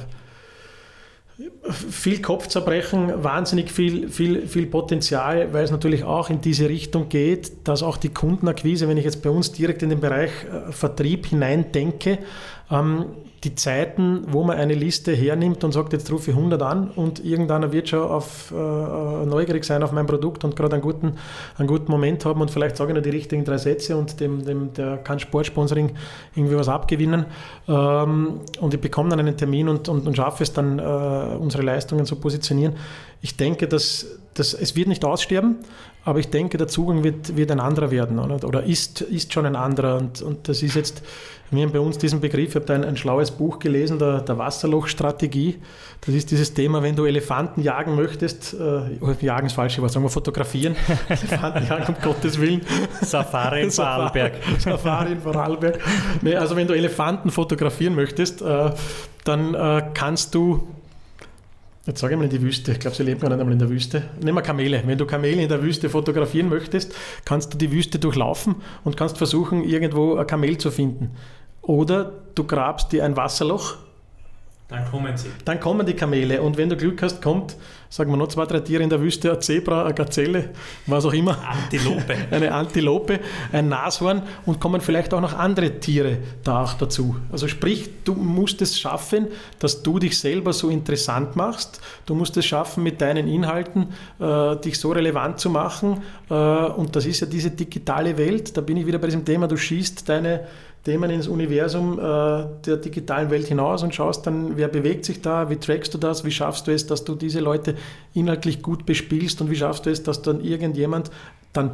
Äh, viel Kopfzerbrechen, wahnsinnig viel, viel, viel Potenzial, weil es natürlich auch in diese Richtung geht, dass auch die Kundenakquise, wenn ich jetzt bei uns direkt in den Bereich äh, Vertrieb hineindenke, ähm, die Zeiten, wo man eine Liste hernimmt und sagt, jetzt rufe ich hundert an und irgendeiner wird schon auf, äh, neugierig sein auf mein Produkt und gerade einen guten, einen guten Moment haben und vielleicht sage ich nur die richtigen drei Sätze und dem, dem, der kann Sportsponsoring irgendwie was abgewinnen ähm, und ich bekomme dann einen Termin und, und, und schaffe es dann, äh, unsere Leistungen zu positionieren. Ich denke, dass, dass es wird nicht aussterben, aber ich denke, der Zugang wird, wird ein anderer werden oder, oder ist, ist schon ein anderer und, und das ist jetzt, wir haben bei uns diesen Begriff, ich habe da ein, ein schlaues Buch gelesen, der, der Wasserlochstrategie. Das ist dieses Thema, wenn du Elefanten jagen möchtest, äh, jagen ist falsch, aber sagen wir fotografieren, Elefanten jagen, um Gottes Willen. Safari in Vorarlberg. Safari in Vorarlberg. Nee, also wenn du Elefanten fotografieren möchtest, äh, dann äh, kannst du, jetzt sage ich mal in die Wüste, ich glaube, sie leben gar nicht einmal in der Wüste. Nehmen wir Kamele. Wenn du Kamele in der Wüste fotografieren möchtest, kannst du die Wüste durchlaufen und kannst versuchen, irgendwo ein Kamel zu finden. Oder du grabst dir ein Wasserloch. Dann kommen sie. Dann kommen die Kamele. Und wenn du Glück hast, kommt, sagen wir noch zwei, drei Tiere in der Wüste, ein Zebra, eine Gazelle, was auch immer. Antilope. Eine Antilope, ein Nashorn und kommen vielleicht auch noch andere Tiere da auch dazu. Also sprich, du musst es schaffen, dass du dich selber so interessant machst. Du musst es schaffen, mit deinen Inhalten äh, dich so relevant zu machen. Äh, und das ist ja diese digitale Welt. Da bin ich wieder bei diesem Thema, du schießt deine Themen ins Universum äh, der digitalen Welt hinaus und schaust dann, wer bewegt sich da, wie trackst du das, wie schaffst du es, dass du diese Leute inhaltlich gut bespielst und wie schaffst du es, dass dann irgendjemand dann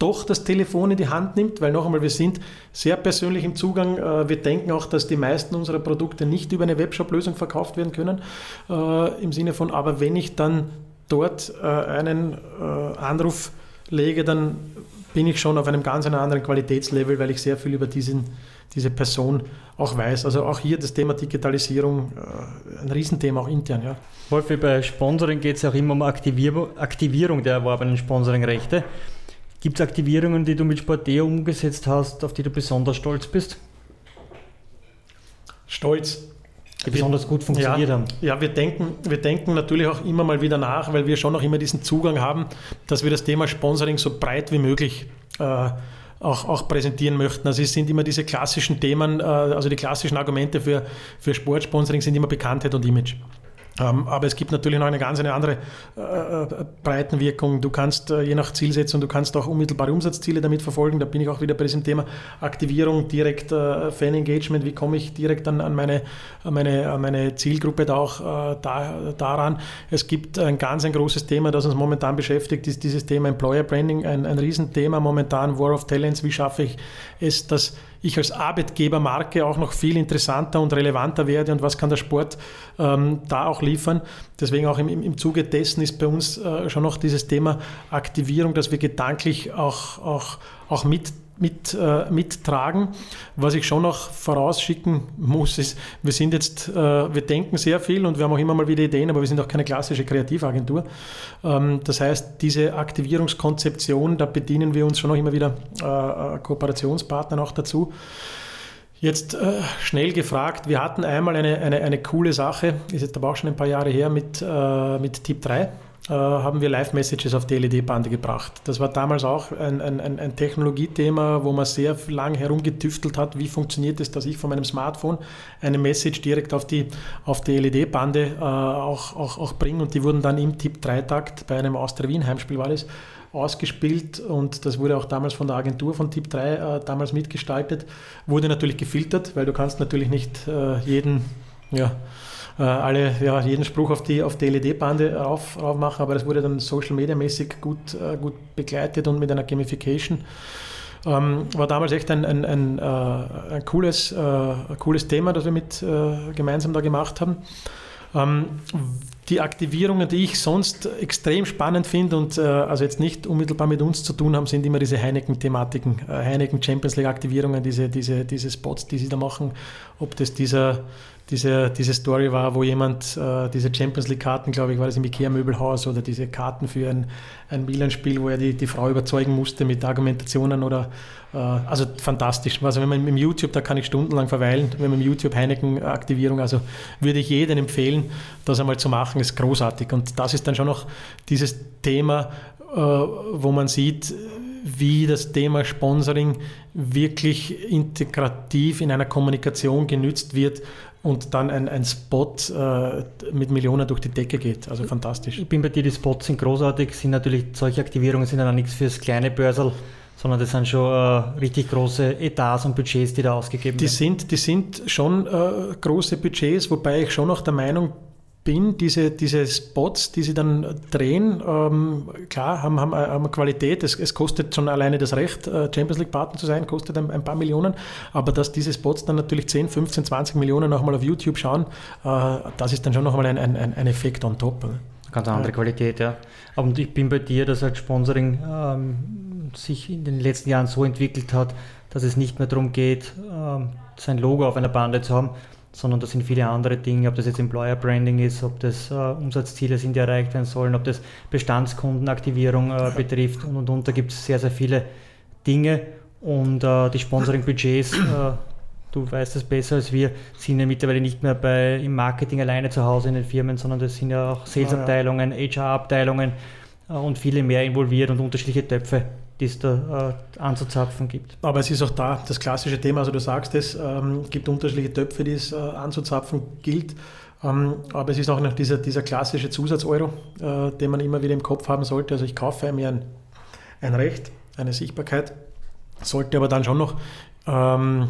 doch das Telefon in die Hand nimmt, weil noch einmal, wir sind sehr persönlich im Zugang. Wir denken auch, dass die meisten unserer Produkte nicht über eine Webshop-Lösung verkauft werden können, äh, im Sinne von, aber wenn ich dann dort äh, einen äh, Anruf lege, dann bin ich schon auf einem ganz anderen Qualitätslevel, weil ich sehr viel über diesen, diese Person auch weiß. Also auch hier das Thema Digitalisierung, äh, ein Riesenthema auch intern. Ja. Wolfi, bei Sponsoring geht es auch immer um Aktivierung, Aktivierung der erworbenen Sponsoringrechte. Gibt es Aktivierungen, die du mit Sporteo umgesetzt hast, auf die du besonders stolz bist? Stolz. Die besonders gut funktioniert ja, haben. Ja, wir denken, wir denken natürlich auch immer mal wieder nach, weil wir schon noch immer diesen Zugang haben, dass wir das Thema Sponsoring so breit wie möglich äh, auch, auch präsentieren möchten. Also es sind immer diese klassischen Themen, äh, also die klassischen Argumente für, für Sportsponsoring sind immer Bekanntheit und Image. Ähm, aber es gibt natürlich noch eine ganz eine andere äh, Breitenwirkung. Du kannst äh, je nach Zielsetzung, du kannst auch unmittelbare Umsatzziele damit verfolgen. Da bin ich auch wieder bei diesem Thema Aktivierung, direkt äh, Fan-Engagement. Wie komme ich direkt an, an, meine, an, meine, an meine Zielgruppe da auch äh, da, daran? Es gibt ein ganz ein großes Thema, das uns momentan beschäftigt, ist dieses Thema Employer Branding. Ein, ein Riesenthema momentan, War of Talents. Wie schaffe ich es, dass ich als Arbeitgebermarke auch noch viel interessanter und relevanter werde und was kann der Sport ähm, da auch liefern. Deswegen auch im, im Zuge dessen ist bei uns äh, schon noch dieses Thema Aktivierung, dass wir gedanklich auch, auch, auch mit Mit, äh, mittragen. Was ich schon noch vorausschicken muss, ist, wir sind jetzt, äh, wir denken sehr viel und wir haben auch immer mal wieder Ideen, aber wir sind auch keine klassische Kreativagentur. Ähm, das heißt, diese Aktivierungskonzeption, da bedienen wir uns schon noch immer wieder äh, Kooperationspartner auch dazu. Jetzt äh, schnell gefragt, wir hatten einmal eine, eine, eine coole Sache, ist jetzt aber auch schon ein paar Jahre her, mit, äh, mit Tipp drei. Äh, haben wir Live-Messages auf die L E D-Bande gebracht. Das war damals auch ein, ein, ein Technologiethema, wo man sehr lang herumgetüftelt hat, wie funktioniert es, dass ich von meinem Smartphone eine Message direkt auf die, auf die L E D-Bande äh, auch, auch, auch bringe, und die wurden dann im Tipp drei Takt bei einem Austria-Wien-Heimspiel war das, ausgespielt, und das wurde auch damals von der Agentur von Tipp drei äh, damals mitgestaltet, wurde natürlich gefiltert, weil du kannst natürlich nicht äh, jeden, ja, alle, ja, jeden Spruch auf die, auf die L E D-Bande rauf, rauf machen, aber das wurde dann Social-Media-mäßig gut, äh, gut begleitet und mit einer Gamification. Ähm, war damals echt ein, ein, ein, äh, ein, cooles, äh, ein cooles Thema, das wir mit, äh, gemeinsam da gemacht haben. Ähm, die Aktivierungen, die ich sonst extrem spannend finde und äh, also jetzt nicht unmittelbar mit uns zu tun haben, sind immer diese Heineken-Thematiken, äh, Heineken Champions League-Aktivierungen, diese, diese, diese Spots, die sie da machen, ob das dieser Diese, diese Story war, wo jemand äh, diese Champions League-Karten, glaube ich, war das im Ikea-Möbelhaus, oder diese Karten für ein, ein Milan-Spiel, wo er die, die Frau überzeugen musste mit Argumentationen oder, äh, also fantastisch. Also wenn man im YouTube, da kann ich stundenlang verweilen, wenn man im YouTube Heineken-Aktivierung, also würde ich jedem empfehlen, das einmal zu machen, ist großartig. Und das ist dann schon noch dieses Thema, äh, wo man sieht, wie das Thema Sponsoring wirklich integrativ in einer Kommunikation genützt wird und dann ein, ein Spot äh, mit Millionen durch die Decke geht. Also fantastisch. Ich bin bei dir, die Spots sind großartig, sind natürlich, solche Aktivierungen sind dann nichts fürs kleine Börsel, sondern das sind schon äh, richtig große Etats und Budgets, die da ausgegeben die werden. Sind, die sind schon äh, große Budgets, wobei ich schon noch der Meinung bin, diese, diese Spots, die sie dann drehen, ähm, klar, haben, haben, haben Qualität. Es, es kostet schon alleine das Recht, Champions League-Partner zu sein, kostet ein, ein paar Millionen. Aber dass diese Spots dann natürlich zehn, fünfzehn, zwanzig Millionen nochmal auf YouTube schauen, äh, das ist dann schon nochmal ein, ein, ein Effekt on top. Oder? Ganz andere ja. Qualität, ja. Aber ich bin bei dir, dass halt Sponsoring ähm, sich in den letzten Jahren so entwickelt hat, dass es nicht mehr darum geht, ähm, sein Logo auf einer Bande zu haben, sondern das sind viele andere Dinge, ob das jetzt Employer Branding ist, ob das äh, Umsatzziele sind, die erreicht werden sollen, ob das Bestandskundenaktivierung äh, betrifft und und und. Da gibt es sehr, sehr viele Dinge, und äh, die Sponsoring-Budgets, äh, du weißt das besser als wir, sind ja mittlerweile nicht mehr bei, im Marketing alleine zu Hause in den Firmen, sondern das sind ja auch Sales-Abteilungen, H R-Abteilungen äh, und viele mehr involviert und unterschiedliche Töpfe, die es da äh, anzuzapfen gibt. Aber es ist auch da das klassische Thema, also du sagst es, ähm, gibt unterschiedliche Töpfe, die es äh, anzuzapfen gilt, ähm, aber es ist auch noch dieser, dieser klassische Zusatz-Euro, äh, den man immer wieder im Kopf haben sollte. Also ich kaufe mir ein, ein Recht, eine Sichtbarkeit, sollte aber dann schon noch ähm,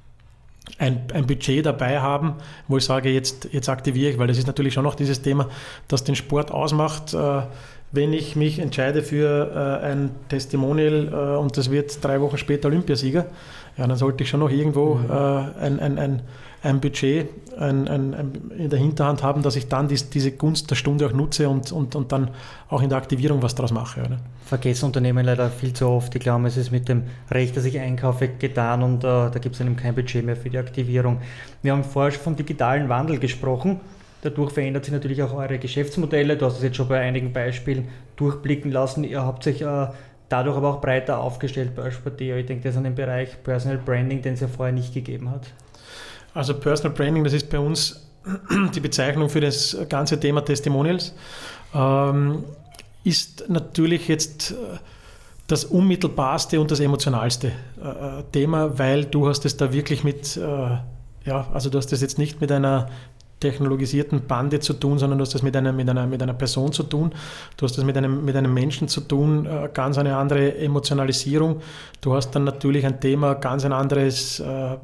ein, ein Budget dabei haben, wo ich sage, jetzt, jetzt aktiviere ich, weil das ist natürlich schon noch dieses Thema, das den Sport ausmacht. Äh, wenn ich mich entscheide für äh, ein Testimonial äh, und das wird drei Wochen später Olympiasieger, ja, dann sollte ich schon noch irgendwo mhm. äh, ein, ein, ein, ein Budget ein, ein, ein in der Hinterhand haben, dass ich dann dies, diese Gunst der Stunde auch nutze und, und, und dann auch in der Aktivierung was daraus mache. Oder? Vergessen Unternehmen leider viel zu oft. Ich glaube, es ist mit dem Recht, dass ich einkaufe, getan und äh, da gibt es einem kein Budget mehr für die Aktivierung. Wir haben vorher schon vom digitalen Wandel gesprochen. Dadurch verändert sich natürlich auch eure Geschäftsmodelle. Du hast es jetzt schon bei einigen Beispielen durchblicken lassen. Ihr habt euch äh, dadurch aber auch breiter aufgestellt bei Sporteo. Ich denke, das ist an den Bereich Personal Branding, den es ja vorher nicht gegeben hat. Also Personal Branding, das ist bei uns die Bezeichnung für das ganze Thema Testimonials. Ähm, ist natürlich jetzt das unmittelbarste und das emotionalste äh, Thema, weil du hast es da wirklich mit, äh, ja, also du hast das jetzt nicht mit einer technologisierten Bande zu tun, sondern du hast das mit einer, mit einer, mit einer Person zu tun, du hast das mit einem, mit einem Menschen zu tun, äh, ganz eine andere Emotionalisierung. Du hast dann natürlich ein Thema, ganz ein anderes, äh,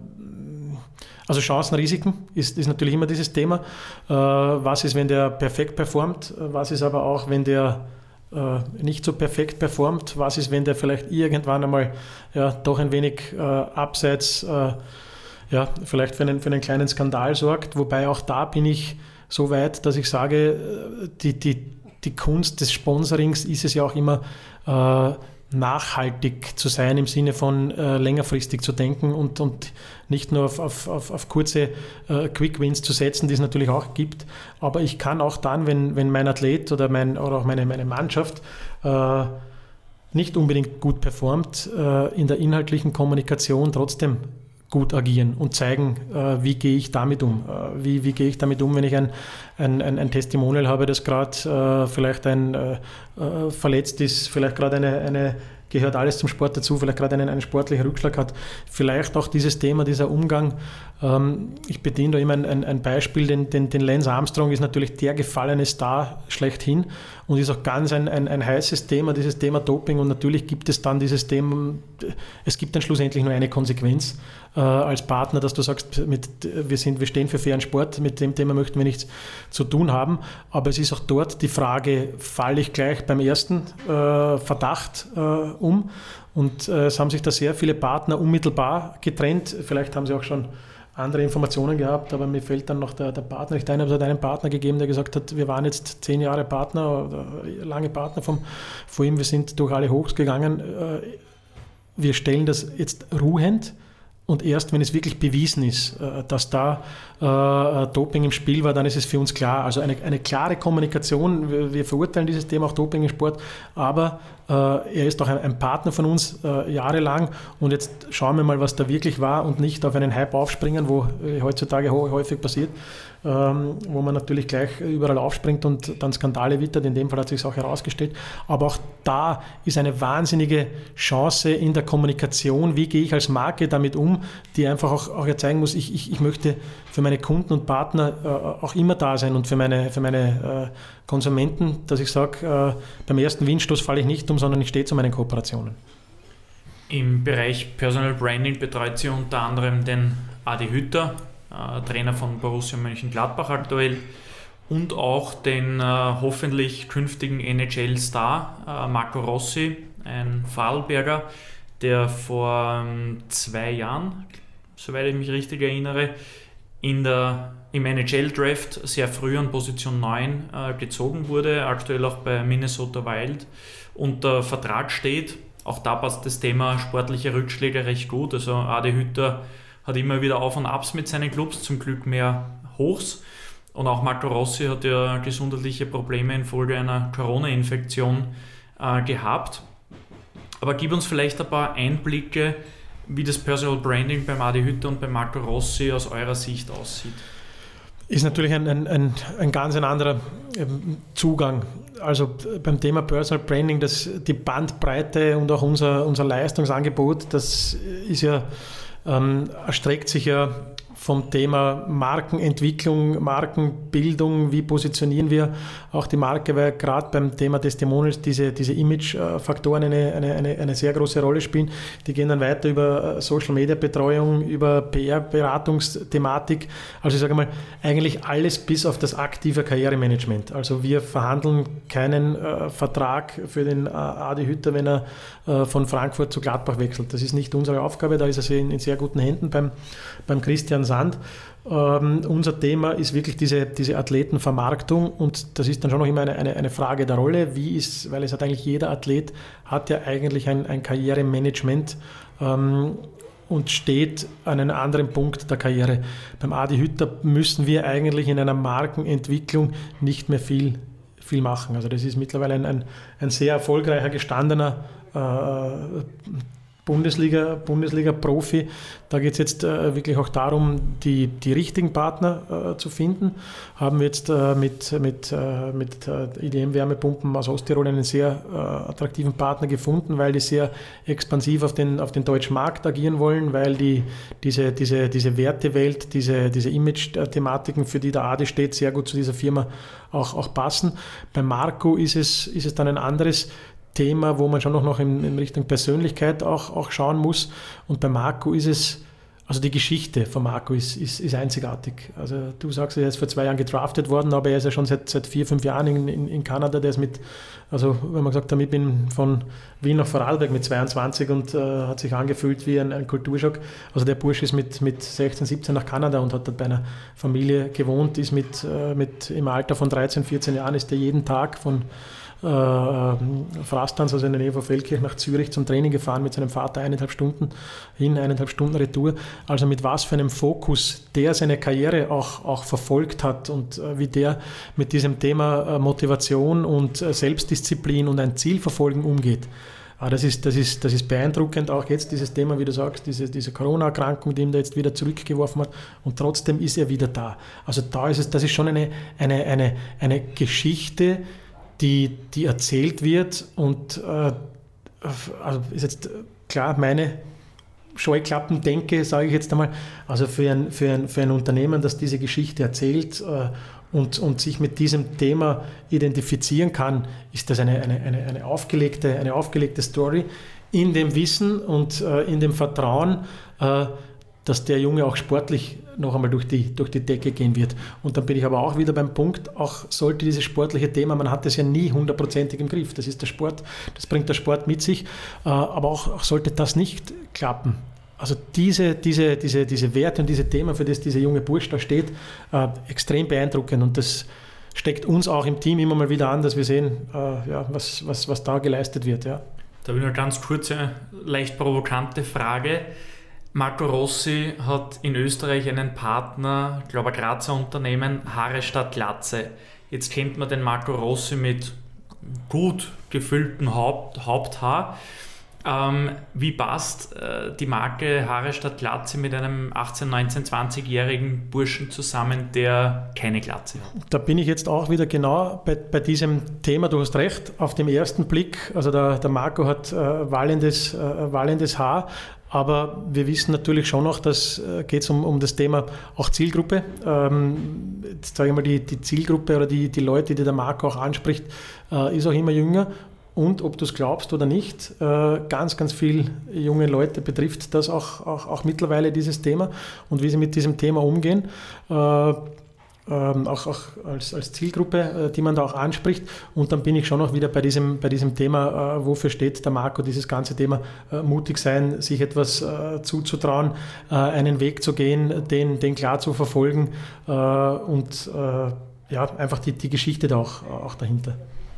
also Chancen, Risiken ist, ist natürlich immer dieses Thema. Äh, was ist, wenn der perfekt performt? Was ist aber auch, wenn der äh, nicht so perfekt performt? Was ist, wenn der vielleicht irgendwann einmal ja, doch ein wenig äh, abseits äh, ja, vielleicht für einen, für einen kleinen Skandal sorgt? Wobei auch da bin ich so weit, dass ich sage, die, die, die Kunst des Sponsorings ist es ja auch immer, äh, nachhaltig zu sein, im Sinne von äh, längerfristig zu denken und, und nicht nur auf, auf, auf, auf kurze äh, Quick Wins zu setzen, die es natürlich auch gibt. Aber ich kann auch dann, wenn, wenn mein Athlet oder, mein, oder auch meine, meine Mannschaft äh, nicht unbedingt gut performt, äh, in der inhaltlichen Kommunikation trotzdem gut agieren und zeigen, äh, wie gehe ich damit um. Äh, wie, wie gehe ich damit um, wenn ich ein, ein, ein, ein Testimonial habe, das gerade äh, vielleicht ein äh, äh, verletzt ist, vielleicht gerade eine, eine, gehört alles zum Sport dazu, vielleicht gerade einen, einen sportlichen Rückschlag hat. Vielleicht auch dieses Thema, dieser Umgang. Ähm, ich bediene da immer ein, ein, ein Beispiel, den, den, den Lance Armstrong ist natürlich der gefallene Star schlechthin und ist auch ganz ein, ein, ein heißes Thema, dieses Thema Doping, und natürlich gibt es dann dieses Thema, es gibt dann schlussendlich nur eine Konsequenz äh, als Partner, dass du sagst, mit, wir, sind, wir stehen für fairen Sport, mit dem Thema möchten wir nichts zu tun haben, aber es ist auch dort die Frage, falle ich gleich beim ersten äh, Verdacht äh, um, und äh, es haben sich da sehr viele Partner unmittelbar getrennt, vielleicht haben sie auch schon andere Informationen gehabt, aber mir fällt dann noch der, der Partner nicht ein. Ich habe es einen Partner gegeben, der gesagt hat, wir waren jetzt zehn Jahre Partner oder lange Partner vom, von ihm, wir sind durch alle Hochs gegangen. Wir stellen das jetzt ruhend und erst, wenn es wirklich bewiesen ist, dass da äh, Doping im Spiel war, dann ist es für uns klar. Also eine, eine klare Kommunikation, wir, wir verurteilen dieses Thema auch Doping im Sport, aber äh, er ist auch ein, ein Partner von uns äh, jahrelang, und jetzt schauen wir mal, was da wirklich war und nicht auf einen Hype aufspringen, wo äh, heutzutage häufig passiert, ähm, wo man natürlich gleich überall aufspringt und dann Skandale wittert. In dem Fall hat sich es auch herausgestellt. Aber auch da ist eine wahnsinnige Chance in der Kommunikation. Wie gehe ich als Marke damit um, die einfach auch, auch ja zeigen muss, ich, ich, ich möchte für meine Kunden und Partner äh, auch immer da sein und für meine, für meine äh, Konsumenten, dass ich sage, äh, beim ersten Windstoß falle ich nicht um, sondern ich stehe zu meinen Kooperationen. Im Bereich Personal Branding betreut sie unter anderem den Adi Hütter, äh, Trainer von Borussia Mönchengladbach aktuell, und auch den äh, hoffentlich künftigen N H L-Star äh, Marco Rossi, ein Vorarlberger, der vor ähm, zwei Jahren, soweit ich mich richtig erinnere, in der, im N H L-Draft sehr früh an Position neun äh, gezogen wurde, aktuell auch bei Minnesota Wild unter Vertrag steht. Auch da passt das Thema sportliche Rückschläge recht gut. Also Adi Hütter hat immer wieder Auf und Abs mit seinen Clubs, zum Glück mehr Hochs. Und auch Marco Rossi hat ja gesundheitliche Probleme infolge einer Corona-Infektion äh, gehabt. Aber gib uns vielleicht ein paar Einblicke, wie das Personal Branding beim Adi Hütter und bei Marco Rossi aus eurer Sicht aussieht. Ist natürlich ein, ein, ein, ein ganz ein anderer Zugang. Also beim Thema Personal Branding, das, die Bandbreite und auch unser, unser Leistungsangebot, das ist ja, ähm, erstreckt sich ja vom Thema Markenentwicklung, Markenbildung, wie positionieren wir auch die Marke, weil gerade beim Thema Testimonials diese, diese Image-Faktoren eine, eine, eine, eine sehr große Rolle spielen. Die gehen dann weiter über Social-Media-Betreuung, über P R-Beratungsthematik. Also ich sage mal, eigentlich alles bis auf das aktive Karrieremanagement. Also wir verhandeln keinen äh, Vertrag für den äh, Adi Hütter, wenn er äh, von Frankfurt zu Gladbach wechselt. Das ist nicht unsere Aufgabe, da ist er in, in sehr guten Händen beim, beim Christian Sand. Ähm, unser Thema ist wirklich diese, diese Athletenvermarktung und das ist dann schon noch immer eine, eine, eine Frage der Rolle. Wie ist, weil es hat eigentlich jeder Athlet hat ja eigentlich ein, ein Karrieremanagement ähm, und steht an einem anderen Punkt der Karriere. Beim Adi Hütter müssen wir eigentlich in einer Markenentwicklung nicht mehr viel, viel machen. Also das ist mittlerweile ein, ein, ein sehr erfolgreicher, gestandener äh, Bundesliga, Bundesliga-Profi. Da geht es jetzt äh, wirklich auch darum, die, die richtigen Partner äh, zu finden. Haben wir jetzt äh, mit, mit, äh, mit äh, I D M-Wärmepumpen aus Osttirol einen sehr äh, attraktiven Partner gefunden, weil die sehr expansiv auf den, auf den deutschen Markt agieren wollen, weil die, diese, diese, diese Wertewelt, diese, diese Image-Thematiken, für die der Adi steht, sehr gut zu dieser Firma auch, auch passen. Bei Marco ist es, ist es dann ein anderes Thema, wo man schon noch in, in Richtung Persönlichkeit auch, auch schauen muss. Und bei Marco ist es, also die Geschichte von Marco ist, ist, ist einzigartig. Also du sagst, er ist vor zwei Jahren gedraftet worden, aber er ist ja schon seit, seit vier, fünf Jahren in, in, in Kanada. Der ist mit, also wenn man gesagt hat, ich bin von Wien nach Vorarlberg mit zweiundzwanzig und äh, hat sich angefühlt wie ein, ein Kulturschock. Also der Bursch ist mit, mit sechzehn, siebzehn nach Kanada und hat dort bei einer Familie gewohnt, ist mit, äh, mit im Alter von dreizehn, vierzehn Jahren, ist er jeden Tag von Äh, Frastanz, also in der Nähe von Feldkirch, nach Zürich zum Training gefahren mit seinem Vater, eineinhalb Stunden hin, eineinhalb Stunden Retour. Also mit was für einem Fokus der seine Karriere auch, auch verfolgt hat und äh, wie der mit diesem Thema äh, Motivation und äh, Selbstdisziplin und ein Ziel verfolgen umgeht. Ah, das ist, das ist, das ist beeindruckend, auch jetzt dieses Thema, wie du sagst, diese, diese Corona-Erkrankung, die ihm da jetzt wieder zurückgeworfen hat und trotzdem ist er wieder da. Also da ist es, das ist schon eine, eine, eine, eine Geschichte, Die, die erzählt wird und äh, also ist jetzt klar meine Scheuklappen denke, sage ich jetzt einmal, also für ein, für ein, für ein Unternehmen, das diese Geschichte erzählt äh, und, und sich mit diesem Thema identifizieren kann, ist das eine, eine, eine, eine, aufgelegte, eine aufgelegte Story in dem Wissen und äh, in dem Vertrauen, äh, dass der Junge auch sportlich noch einmal durch die, durch die Decke gehen wird. Und dann bin ich aber auch wieder beim Punkt, auch sollte dieses sportliche Thema, man hat das ja nie hundertprozentig im Griff, das ist der Sport, das bringt der Sport mit sich, aber auch, auch sollte das nicht klappen. Also diese, diese, diese, diese Werte und diese Themen, für das dieser junge Bursch da steht, äh, extrem beeindruckend und das steckt uns auch im Team immer mal wieder an, dass wir sehen, äh, ja, was, was, was da geleistet wird. Ja. Da habe ich eine ganz kurze, leicht provokante Frage. Marco Rossi hat in Österreich einen Partner, ich glaube ein Grazer Unternehmen, Haare statt Glatze. Jetzt kennt man den Marco Rossi mit gut gefülltem Haupt, Haupthaar. Ähm, wie passt äh, die Marke Haare statt Glatze mit einem achtzehn-, neunzehn-, zwanzigjährigen Burschen zusammen, der keine Glatze hat? Da bin ich jetzt auch wieder genau bei, bei diesem Thema, du hast recht, auf den ersten Blick, also der, der Marco hat äh, wallendes, äh, wallendes Haar, aber wir wissen natürlich schon noch, dass äh, geht es um, um das Thema auch Zielgruppe. Ähm, jetzt sage ich mal, die, die Zielgruppe oder die, die Leute, die der Marco auch anspricht, äh, ist auch immer jünger. Und ob du es glaubst oder nicht, äh, ganz, ganz viele junge Leute betrifft das auch, auch, auch mittlerweile, dieses Thema. Und wie sie mit diesem Thema umgehen, äh, ähm, auch, auch als, als Zielgruppe, äh, die man da auch anspricht. Und dann bin ich schon noch wieder bei diesem, bei diesem Thema, äh, wofür steht der Marco, dieses ganze Thema äh, mutig sein, sich etwas äh, zuzutrauen, äh, einen Weg zu gehen, den, den klar zu verfolgen äh, und äh, ja, einfach die, die Geschichte da auch, auch dahinter.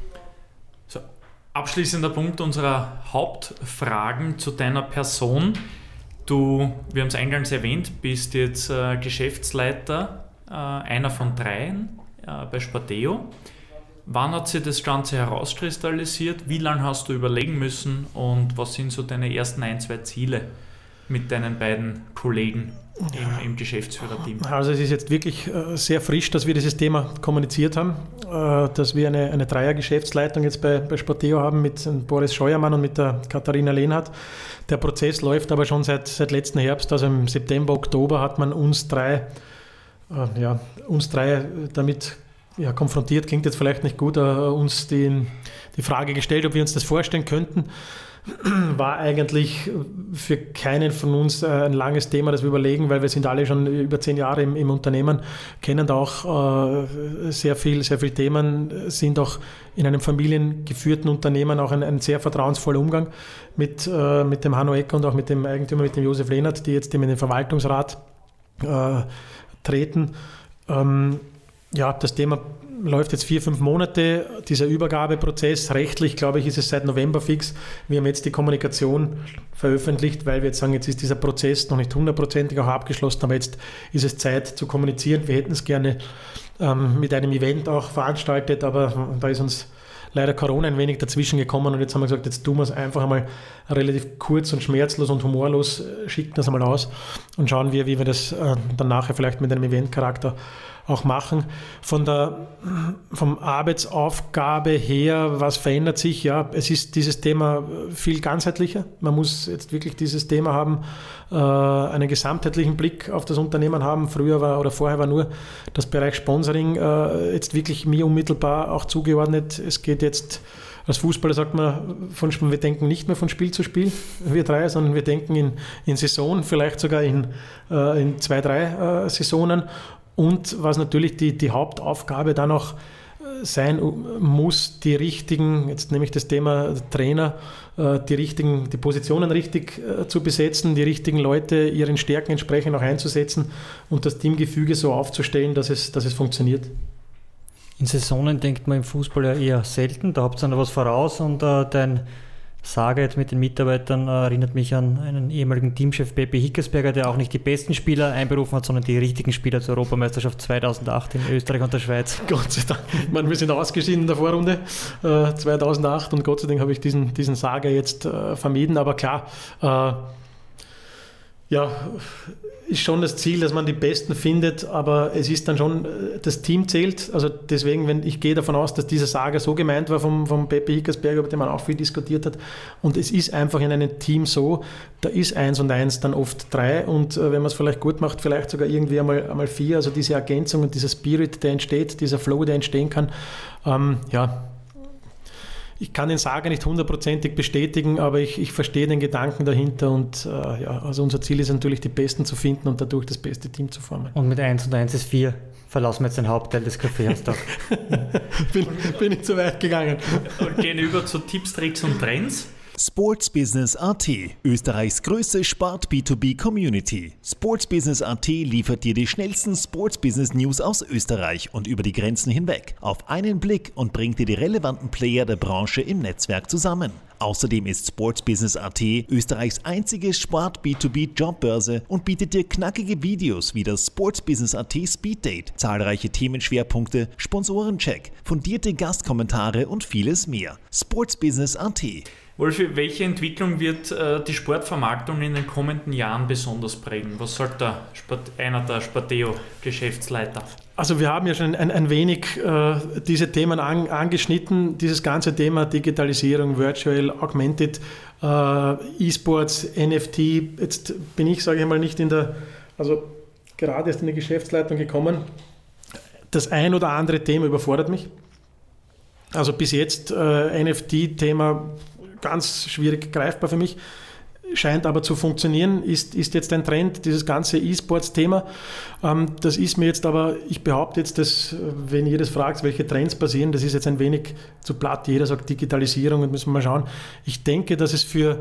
So, abschließender Punkt unserer Hauptfragen zu deiner Person. Du, wir haben es eingangs erwähnt, bist jetzt äh, Geschäftsleiter, äh, einer von dreien äh, bei Sporteo. Wann hat sich das Ganze herauskristallisiert? Wie lange hast du überlegen müssen und was sind so deine ersten ein, zwei Ziele mit deinen beiden Kollegen im, im Geschäftsführerteam? Also es ist jetzt wirklich äh, sehr frisch, dass wir dieses Thema kommuniziert haben, äh, dass wir eine, eine Dreier-Geschäftsleitung jetzt bei, bei Sporteo haben mit Boris Scheuermann und mit der Katharina Lehnhardt. Der Prozess läuft aber schon seit, seit letzten Herbst, also im September, Oktober hat man uns drei, äh, ja, uns drei damit ja, konfrontiert, klingt jetzt vielleicht nicht gut, äh, uns die, die Frage gestellt, ob wir uns das vorstellen könnten. War eigentlich für keinen von uns ein langes Thema, das wir überlegen, weil wir sind alle schon über zehn Jahre im, im Unternehmen, kennen da auch äh, sehr viel, sehr viele Themen, sind auch in einem familiengeführten Unternehmen auch ein, ein sehr vertrauensvoller Umgang mit, äh, mit dem Hanno Ecker und auch mit dem Eigentümer, mit dem Josef Lehnhardt, die jetzt in den Verwaltungsrat äh, treten. Ähm, ja, das Thema läuft jetzt vier, fünf Monate, dieser Übergabeprozess. Rechtlich, glaube ich, ist es seit November fix. Wir haben jetzt die Kommunikation veröffentlicht, weil wir jetzt sagen, jetzt ist dieser Prozess noch nicht hundertprozentig auch abgeschlossen, aber jetzt ist es Zeit zu kommunizieren. Wir hätten es gerne ähm, mit einem Event auch veranstaltet, aber da ist uns leider Corona ein wenig dazwischen gekommen und jetzt haben wir gesagt, jetzt tun wir es einfach einmal relativ kurz und schmerzlos und humorlos, schicken das einmal aus und schauen wir, wie wir das äh, dann nachher vielleicht mit einem Eventcharakter auch machen. Von der vom Arbeitsaufgabe her, was verändert sich? Ja, es ist dieses Thema viel ganzheitlicher. Man muss jetzt wirklich dieses Thema haben, äh, einen gesamtheitlichen Blick auf das Unternehmen haben. Früher war oder vorher war nur das Bereich Sponsoring äh, jetzt wirklich mir unmittelbar auch zugeordnet. Es geht jetzt als Fußballer, sagt man, von, wir denken nicht mehr von Spiel zu Spiel, wir drei, sondern wir denken in, in Saison, vielleicht sogar in, äh, in zwei, drei äh, Saisonen. Und was natürlich die, die Hauptaufgabe dann auch sein muss, die richtigen, jetzt nehme ich das Thema Trainer, die richtigen, die Positionen richtig zu besetzen, die richtigen Leute ihren Stärken entsprechend auch einzusetzen und das Teamgefüge so aufzustellen, dass es, dass es funktioniert. In Saisonen denkt man im Fußball ja eher selten, da habt ihr noch was voraus und äh, dein Sage jetzt mit den Mitarbeitern äh, erinnert mich an einen ehemaligen Teamchef Pepe Hickersberger, der auch nicht die besten Spieler einberufen hat, sondern die richtigen Spieler zur Europameisterschaft zweitausendacht in Österreich und der Schweiz. Gott sei Dank. Ich meine, wir sind ausgeschieden in der Vorrunde äh, zweitausendacht und Gott sei Dank habe ich diesen, diesen Sage jetzt äh, vermieden, aber klar, äh, ja, ist schon das Ziel, dass man die Besten findet, aber es ist dann schon, das Team zählt, also deswegen, wenn ich gehe davon aus, dass dieser Saga so gemeint war vom, vom Pepe Hickersberger, über den man auch viel diskutiert hat und es ist einfach in einem Team so, da ist eins und eins dann oft drei und äh, wenn man es vielleicht gut macht, vielleicht sogar irgendwie einmal, einmal vier, also diese Ergänzung und dieser Spirit, der entsteht, dieser Flow, der entstehen kann, ähm, ja, ich kann den Saga nicht hundertprozentig bestätigen, aber ich, ich verstehe den Gedanken dahinter und äh, ja, also unser Ziel ist natürlich, die Besten zu finden und dadurch das beste Team zu formen. Und mit eins und eins ist vier verlassen wir jetzt den Hauptteil des Kaffeehaus. bin, bin ich zu weit gegangen. Und gehen über zu Tipps, Tricks und Trends. Sports Business Punkt A T, Österreichs größte Sport B zwei B Community. Sports Business Punkt A T liefert dir die schnellsten Sports Business News aus Österreich und über die Grenzen hinweg auf einen Blick und bringt dir die relevanten Player der Branche im Netzwerk zusammen. Außerdem ist Sports Business Punkt A T Österreichs einzige Sport B zwei B Jobbörse und bietet dir knackige Videos wie das Sports Business Punkt A T Speed Date, zahlreiche Themenschwerpunkte, Sponsorencheck, fundierte Gastkommentare und vieles mehr. Sports Business Punkt A T. Wolfi, welche Entwicklung wird äh, die Sportvermarktung in den kommenden Jahren besonders prägen? Was sagt der Sport, einer der Sporteo-Geschäftsleiter? Also wir haben ja schon ein, ein wenig äh, diese Themen an, angeschnitten, dieses ganze Thema Digitalisierung, Virtual, Augmented, äh, E-Sports, N F T. Jetzt bin ich, sage ich mal, nicht in der, also gerade erst in die Geschäftsleitung gekommen. Das ein oder andere Thema überfordert mich. Also bis jetzt äh, N F T-Thema ganz schwierig greifbar für mich, scheint aber zu funktionieren, ist, ist jetzt ein Trend, dieses ganze E-Sports-Thema. Ähm, das ist mir jetzt aber, ich behaupte jetzt, dass, wenn ihr das fragt, welche Trends passieren, das ist jetzt ein wenig zu platt, jeder sagt Digitalisierung und müssen wir mal schauen. Ich denke, dass es für,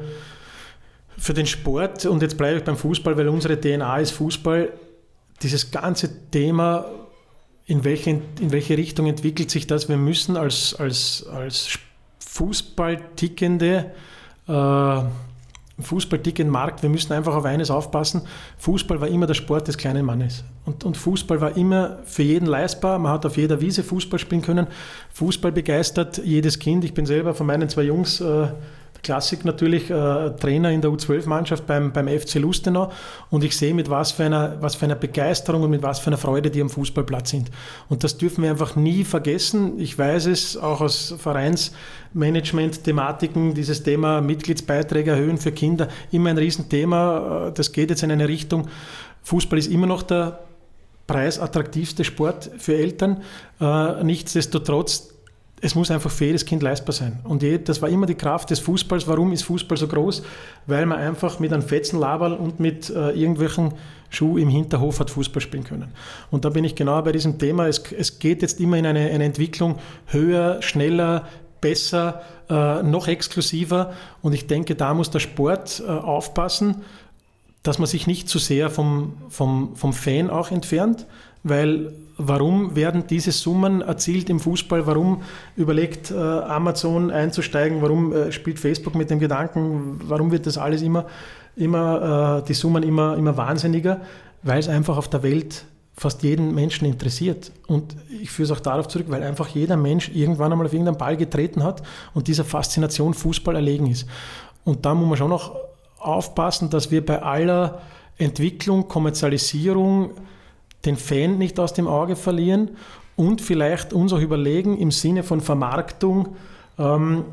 für den Sport, und jetzt bleibe ich beim Fußball, weil unsere D N A ist Fußball, dieses ganze Thema, in welche, in welche Richtung entwickelt sich das, wir müssen als, als, als Fußball-tickende äh, Fußball-Tickend-Markt, wir müssen einfach auf eines aufpassen. Fußball war immer der Sport des kleinen Mannes. Und, und Fußball war immer für jeden leistbar. Man hat auf jeder Wiese Fußball spielen können. Fußball begeistert jedes Kind. Ich bin selber von meinen zwei Jungs, äh, der Klassik natürlich äh, Trainer in der U zwölf Mannschaft beim, beim F C Lustenau und ich sehe, mit was für, einer, was für einer Begeisterung und mit was für einer Freude die am Fußballplatz sind. Und das dürfen wir einfach nie vergessen. Ich weiß es auch aus Vereinsmanagement-Thematiken, dieses Thema Mitgliedsbeiträge erhöhen für Kinder, immer ein Riesenthema. Das geht jetzt in eine Richtung, Fußball ist immer noch der preisattraktivste Sport für Eltern. Äh, nichtsdestotrotz, es muss einfach für jedes Kind leistbar sein. Und das war immer die Kraft des Fußballs. Warum ist Fußball so groß? Weil man einfach mit einem Fetzenlaberl und mit äh, irgendwelchen Schuh im Hinterhof hat Fußball spielen können. Und da bin ich genau bei diesem Thema. Es, es geht jetzt immer in eine, eine Entwicklung höher, schneller, besser, äh, noch exklusiver. Und ich denke, da muss der Sport äh, aufpassen, dass man sich nicht zu sehr vom, vom, vom Fan auch entfernt, weil warum werden diese Summen erzielt im Fußball, warum überlegt äh, Amazon einzusteigen, warum äh, spielt Facebook mit dem Gedanken, warum wird das alles immer, immer äh, die Summen immer, immer wahnsinniger, weil es einfach auf der Welt fast jeden Menschen interessiert. Und ich führe es auch darauf zurück, weil einfach jeder Mensch irgendwann einmal auf irgendeinen Ball getreten hat und dieser Faszination Fußball erlegen ist. Und da muss man schon noch aufpassen, dass wir bei aller Entwicklung, Kommerzialisierung den Fan nicht aus dem Auge verlieren und vielleicht uns auch überlegen, im Sinne von Vermarktung ähm,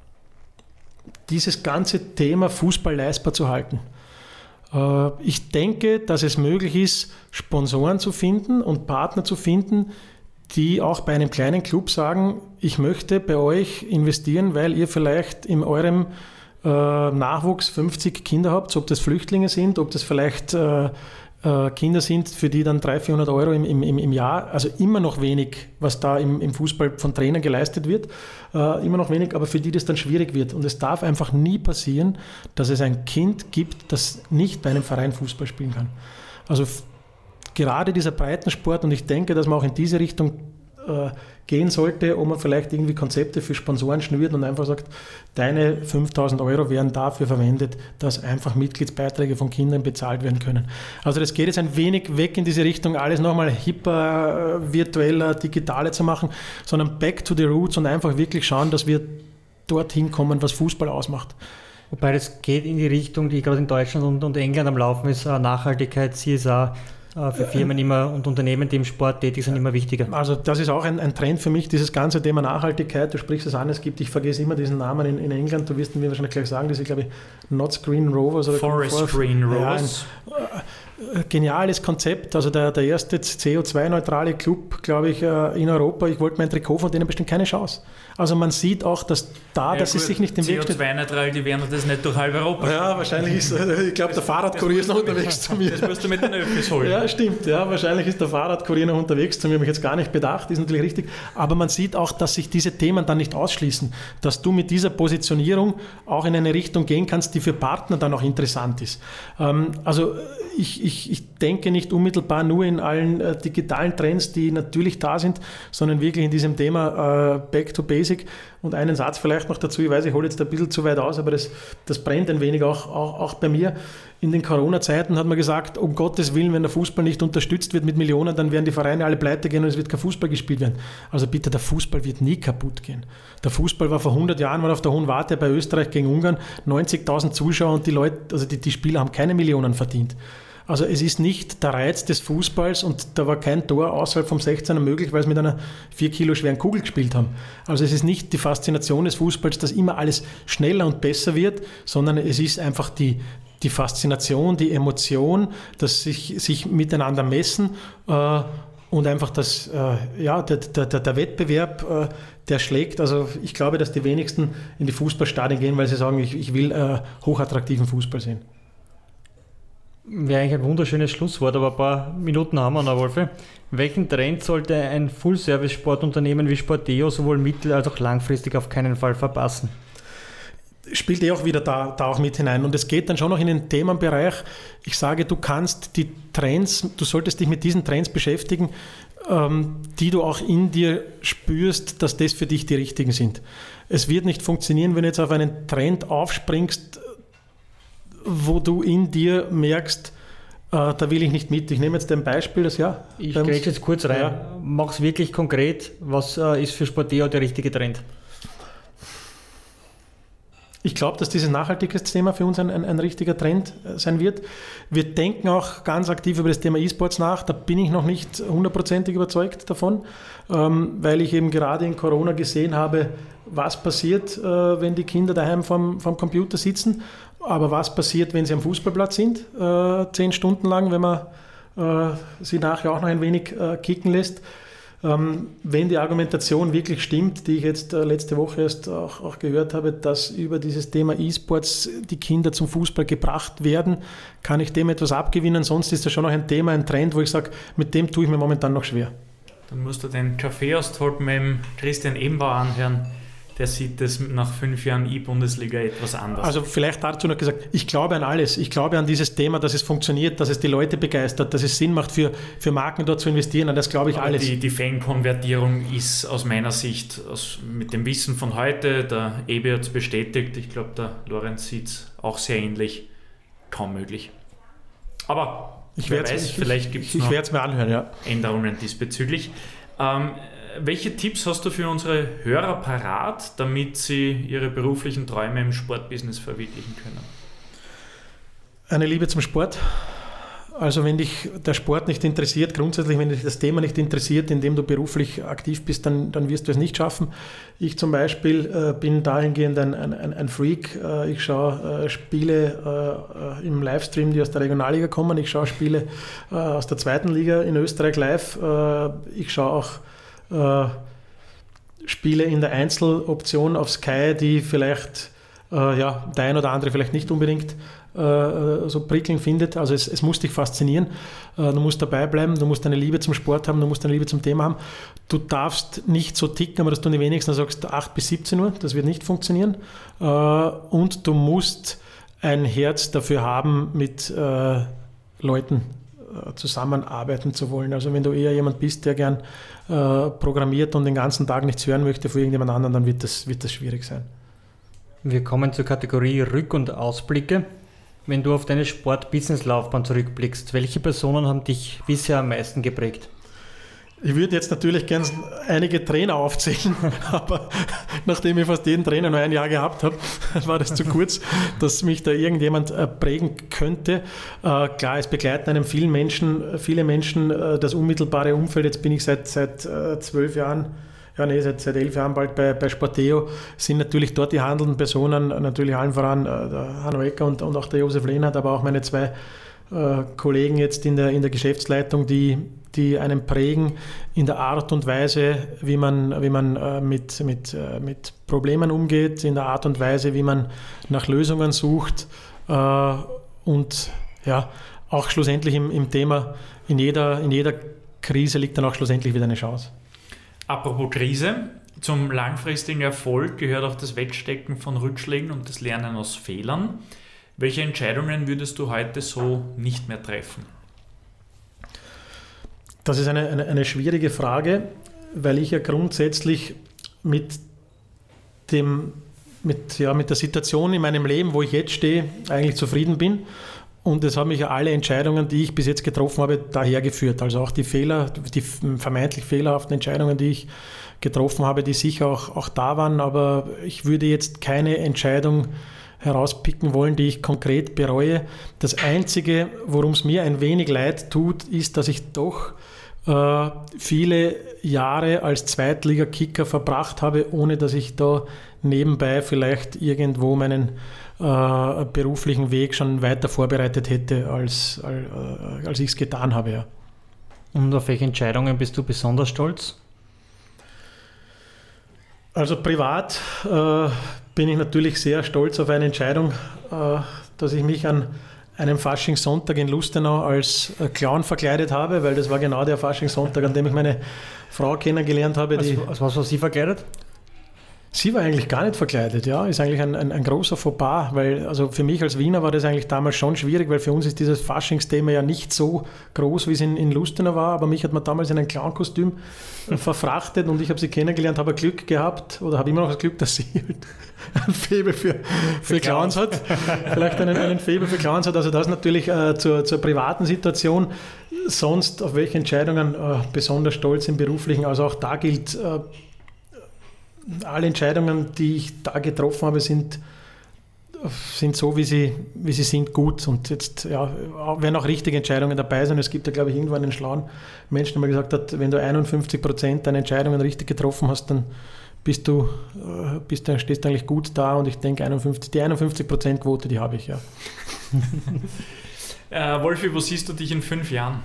dieses ganze Thema Fußball leistbar zu halten. Äh, ich denke, dass es möglich ist, Sponsoren zu finden und Partner zu finden, die auch bei einem kleinen Club sagen, ich möchte bei euch investieren, weil ihr vielleicht in eurem äh, Nachwuchs fünfzig Kinder habt, ob das Flüchtlinge sind, ob das vielleicht äh, Kinder sind, für die dann dreihundert, vierhundert Euro im, im, im Jahr, also immer noch wenig, was da im, im Fußball von Trainern geleistet wird, äh, immer noch wenig, aber für die das dann schwierig wird. Und es darf einfach nie passieren, dass es ein Kind gibt, das nicht bei einem Verein Fußball spielen kann. Also f- gerade dieser Breitensport, und ich denke, dass man auch in diese Richtung äh, gehen sollte, ob man vielleicht irgendwie Konzepte für Sponsoren schnürt und einfach sagt, deine fünftausend Euro werden dafür verwendet, dass einfach Mitgliedsbeiträge von Kindern bezahlt werden können. Also das geht jetzt ein wenig weg in diese Richtung, alles nochmal hipper, virtueller, digitaler zu machen, sondern back to the roots und einfach wirklich schauen, dass wir dorthin kommen, was Fußball ausmacht. Wobei das geht in die Richtung, die gerade in Deutschland und, und England am Laufen ist, Nachhaltigkeit, C S R, für Firmen immer und Unternehmen, die im Sport tätig sind, immer wichtiger. Also das ist auch ein, ein Trend für mich, dieses ganze Thema Nachhaltigkeit. Du sprichst es an, es gibt, ich vergesse immer diesen Namen in, in England, du wirst mir wahrscheinlich gleich sagen, das ist, glaube ich, Notts Green Rovers. Oder Forest Green Rovers. Ja, ein, äh, geniales Konzept, also der, der erste C O zwei neutrale Club, glaube ich, äh, in Europa. Ich wollte mein Trikot von denen, bestimmt keine Chance. Also man sieht auch, dass da, ja, dass gut, es sich nicht im Weg steht. C O zwei neutral, die werden das nicht durch halb Europa. Ja, wahrscheinlich ist, ich glaube, der Fahrradkurier ist noch unterwegs zu mir. Das musst du mit den Öffis holen. Ja, stimmt. Ja, wahrscheinlich ist der Fahrradkurier noch unterwegs zu mir, habe ich jetzt gar nicht bedacht, ist natürlich richtig. Aber man sieht auch, dass sich diese Themen dann nicht ausschließen, dass du mit dieser Positionierung auch in eine Richtung gehen kannst, die für Partner dann auch interessant ist. Ähm, also ich, ich, ich denke nicht unmittelbar nur in allen äh, digitalen Trends, die natürlich da sind, sondern wirklich in diesem Thema äh, Back to Basic. Und einen Satz vielleicht noch dazu, ich weiß, ich hole jetzt ein bisschen zu weit aus, aber das, das brennt ein wenig auch, auch, auch bei mir. In den Corona-Zeiten hat man gesagt, um Gottes Willen, wenn der Fußball nicht unterstützt wird mit Millionen, dann werden die Vereine alle pleite gehen und es wird kein Fußball gespielt werden. Also bitte, der Fußball wird nie kaputt gehen. Der Fußball war vor hundert Jahren mal auf der Hohen Warte bei Österreich gegen Ungarn, neunzigtausend Zuschauer und die Leute, also die, die Spieler haben keine Millionen verdient. Also es ist nicht der Reiz des Fußballs und da war kein Tor außerhalb vom sechzehner möglich, weil sie mit einer vier Kilo schweren Kugel gespielt haben. Also es ist nicht die Faszination des Fußballs, dass immer alles schneller und besser wird, sondern es ist einfach die, die Faszination, die Emotion, dass sich, sich miteinander messen äh, und einfach das, äh, ja, der, der, der Wettbewerb, äh, der schlägt. Also ich glaube, dass die wenigsten in die Fußballstadien gehen, weil sie sagen, ich, ich will äh, hochattraktiven Fußball sehen. Wäre eigentlich ein wunderschönes Schlusswort, aber ein paar Minuten haben wir noch, Wolfi. Welchen Trend sollte ein Full-Service-Sportunternehmen wie Sporteo sowohl mittel- als auch langfristig auf keinen Fall verpassen? Spielt eh auch wieder da, da auch mit hinein. Und es geht dann schon noch in den Themenbereich. Ich sage, du kannst die Trends, du solltest dich mit diesen Trends beschäftigen, ähm, die du auch in dir spürst, dass das für dich die richtigen sind. Es wird nicht funktionieren, wenn du jetzt auf einen Trend aufspringst, wo du in dir merkst, äh, da will ich nicht mit. Ich nehme jetzt ein Beispiel, das ja. Ich gehe jetzt kurz rein. Ja. Mach's wirklich konkret. Was äh, ist für Sporteo der richtige Trend? Ich glaube, dass dieses Nachhaltigkeitsthema für uns ein, ein, ein richtiger Trend sein wird. Wir denken auch ganz aktiv über das Thema E-Sports nach. Da bin ich noch nicht hundertprozentig überzeugt davon, ähm, weil ich eben gerade in Corona gesehen habe, was passiert, äh, wenn die Kinder daheim vorm, vorm Computer sitzen, aber was passiert, wenn sie am Fußballplatz sind, äh, zehn Stunden lang, wenn man äh, sie nachher auch noch ein wenig äh, kicken lässt. Ähm, wenn die Argumentation wirklich stimmt, die ich jetzt äh, letzte Woche erst auch, auch gehört habe, dass über dieses Thema E-Sports die Kinder zum Fußball gebracht werden, kann ich dem etwas abgewinnen. Sonst ist das schon noch ein Thema, ein Trend, wo ich sage, mit dem tue ich mir momentan noch schwer. Dann musst du den Kaffeeaustausch mit dem Christian Ebenbauer anhören. Der sieht das nach fünf Jahren E-Bundesliga etwas anders. Also vielleicht dazu noch gesagt, ich glaube an alles. Ich glaube an dieses Thema, dass es funktioniert, dass es die Leute begeistert, dass es Sinn macht, für, für Marken dort zu investieren. An das glaube ich Aber alles. Die, die Fankonvertierung ist aus meiner Sicht aus, mit dem Wissen von heute, der Ebi hat es bestätigt, ich glaube, der Lorenz sieht es auch sehr ähnlich, kaum möglich. Aber ich wer weiß, ich, vielleicht gibt es noch mir anhören, ja. Änderungen diesbezüglich. Ähm, Welche Tipps hast du für unsere Hörer parat, damit sie ihre beruflichen Träume im Sportbusiness verwirklichen können? Eine Liebe zum Sport. Also wenn dich der Sport nicht interessiert, grundsätzlich, wenn dich das Thema nicht interessiert, in dem du beruflich aktiv bist, dann, dann wirst du es nicht schaffen. Ich zum Beispiel äh, bin dahingehend ein, ein, ein Freak. Äh, ich schaue äh, Spiele äh, im Livestream, die aus der Regionalliga kommen. Ich schaue Spiele äh, aus der zweiten Liga in Österreich live. Äh, ich schaue auch äh, Spiele in der Einzeloption auf Sky, die vielleicht äh, ja, der ein oder andere vielleicht nicht unbedingt so prickelnd findet. Also es, es muss dich faszinieren. Du musst dabei bleiben, du musst eine Liebe zum Sport haben, du musst eine Liebe zum Thema haben. Du darfst nicht so ticken, aber dass du die wenigsten sagst acht bis siebzehn Uhr, das wird nicht funktionieren. Und du musst ein Herz dafür haben, mit Leuten zusammenarbeiten zu wollen. Also wenn du eher jemand bist, der gern programmiert und den ganzen Tag nichts hören möchte von irgendjemand anderem, dann wird das, wird das schwierig sein. Wir kommen zur Kategorie Rück- und Ausblicke. Wenn du auf deine Sport-Business-Laufbahn zurückblickst, welche Personen haben dich bisher am meisten geprägt? Ich würde jetzt natürlich gerne einige Trainer aufzählen, aber nachdem ich fast jeden Trainer nur ein Jahr gehabt habe, war das zu kurz, dass mich da irgendjemand prägen könnte. Klar, es begleiten einem vielen Menschen, viele Menschen das unmittelbare Umfeld. Jetzt bin ich seit, seit zwölf Jahren Ja, nee, seit, seit elf Jahren bald bei, bei Sporteo, sind natürlich dort die handelnden Personen, natürlich allen voran äh, der Hanno Ecker und, und auch der Josef Lehnert, aber auch meine zwei äh, Kollegen jetzt in der, in der Geschäftsleitung, die, die einen prägen in der Art und Weise, wie man, wie man äh, mit, mit, äh, mit Problemen umgeht, in der Art und Weise, wie man nach Lösungen sucht äh, und ja, auch schlussendlich im, im Thema, in jeder, in jeder Krise liegt dann auch schlussendlich wieder eine Chance. Apropos Krise, zum langfristigen Erfolg gehört auch das Wegstecken von Rückschlägen und das Lernen aus Fehlern. Welche Entscheidungen würdest du heute so nicht mehr treffen? Das ist eine, eine, eine schwierige Frage, weil ich ja grundsätzlich mit, dem, mit, ja, mit der Situation in meinem Leben, wo ich jetzt stehe, eigentlich zufrieden bin. Und es haben mich ja alle Entscheidungen, die ich bis jetzt getroffen habe, dahergeführt. Also auch die Fehler, die vermeintlich fehlerhaften Entscheidungen, die ich getroffen habe, die sicher auch, auch da waren. Aber ich würde jetzt keine Entscheidung herauspicken wollen, die ich konkret bereue. Das Einzige, worum es mir ein wenig leid tut, ist, dass ich doch äh, viele Jahre als Zweitliga-Kicker verbracht habe, ohne dass ich da nebenbei vielleicht irgendwo meinen äh, beruflichen Weg schon weiter vorbereitet hätte, als, äh, als ich es getan habe. Ja. Und auf welche Entscheidungen bist du besonders stolz? Also privat äh, bin ich natürlich sehr stolz auf eine Entscheidung, äh, dass ich mich an einem Faschingssonntag in Lustenau als äh, Clown verkleidet habe, weil das war genau der Faschingssonntag, an dem ich meine Frau kennengelernt habe. Als, die, als was war sie verkleidet? Sie war eigentlich gar nicht verkleidet, ja, ist eigentlich ein, ein, ein großer Fauxpas, weil also für mich als Wiener war das eigentlich damals schon schwierig, weil für uns ist dieses Faschingsthema ja nicht so groß, wie es in, in Lustenau war, aber mich hat man damals in ein Clownkostüm verfrachtet und ich habe sie kennengelernt, habe Glück gehabt oder habe immer noch das Glück, dass sie halt ein Faible für, für, für Clowns hat, vielleicht einen, einen Faible für Clowns hat, also das natürlich äh, zur, zur privaten Situation. Sonst auf welche Entscheidungen äh, besonders stolz im Beruflichen, also auch da gilt, äh, alle Entscheidungen, die ich da getroffen habe, sind sind so, wie sie, wie sie sind, gut. Und jetzt ja, werden auch richtige Entscheidungen dabei sein. Es gibt ja, glaube ich, irgendwo einen schlauen Menschen, der mal gesagt hat, wenn du einundfünfzig Prozent deiner Entscheidungen richtig getroffen hast, dann bist du, bist du, stehst du eigentlich gut da. Und ich denke, einundfünfzig, die einundfünfzig Prozent Quote, die habe ich, ja. äh, Wolfi, wo siehst du dich in fünf Jahren?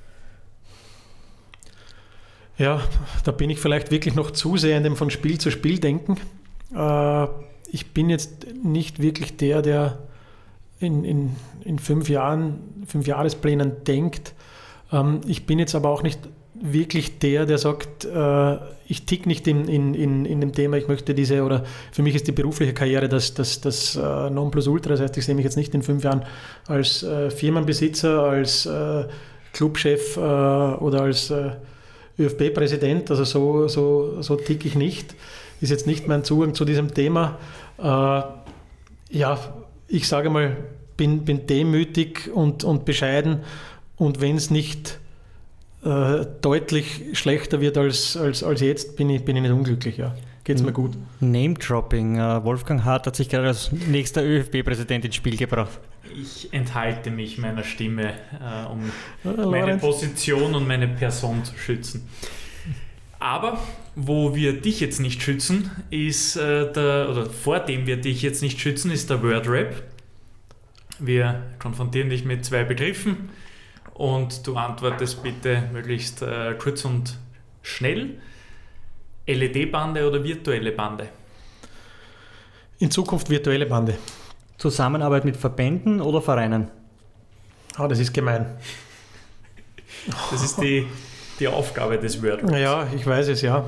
Ja, da bin ich vielleicht wirklich noch zu sehr in dem von Spiel zu Spiel denken. Äh, ich bin jetzt nicht wirklich der, der in, in, in fünf Jahren, fünf Jahresplänen denkt. Ähm, ich bin jetzt aber auch nicht wirklich der, der sagt, äh, ich tick nicht in, in, in, in dem Thema, ich möchte diese, oder für mich ist die berufliche Karriere das, das, das äh, Nonplusultra. Das heißt, ich sehe mich jetzt nicht in fünf Jahren als äh, Firmenbesitzer, als äh, Clubchef äh, oder als äh, ÖFB-Präsident, also so, so, so tick ich nicht. Ist jetzt nicht mein Zugang zu diesem Thema. Äh, ja, ich sage mal, bin, bin demütig und, und bescheiden, und wenn es nicht äh, deutlich schlechter wird als, als, als jetzt, bin ich, bin ich nicht unglücklich. Ja. Geht es mir gut. Name-Dropping. Wolfgang Hart hat sich gerade als nächster ÖFB-Präsident ins Spiel gebracht. Ich enthalte mich meiner Stimme, äh, um ja, meine Position und meine Person zu schützen. Aber wo wir dich jetzt nicht schützen, ist äh, der, oder vor dem wir dich jetzt nicht schützen, ist der Wordrap. Wir konfrontieren dich mit zwei Begriffen und du antwortest bitte möglichst äh, kurz und schnell. L E D-Bande oder virtuelle Bande? In Zukunft virtuelle Bande. Zusammenarbeit mit Verbänden oder Vereinen? Ah, das ist gemein. Das ist die, die Aufgabe des Wordraps. Ja, ich weiß es, ja.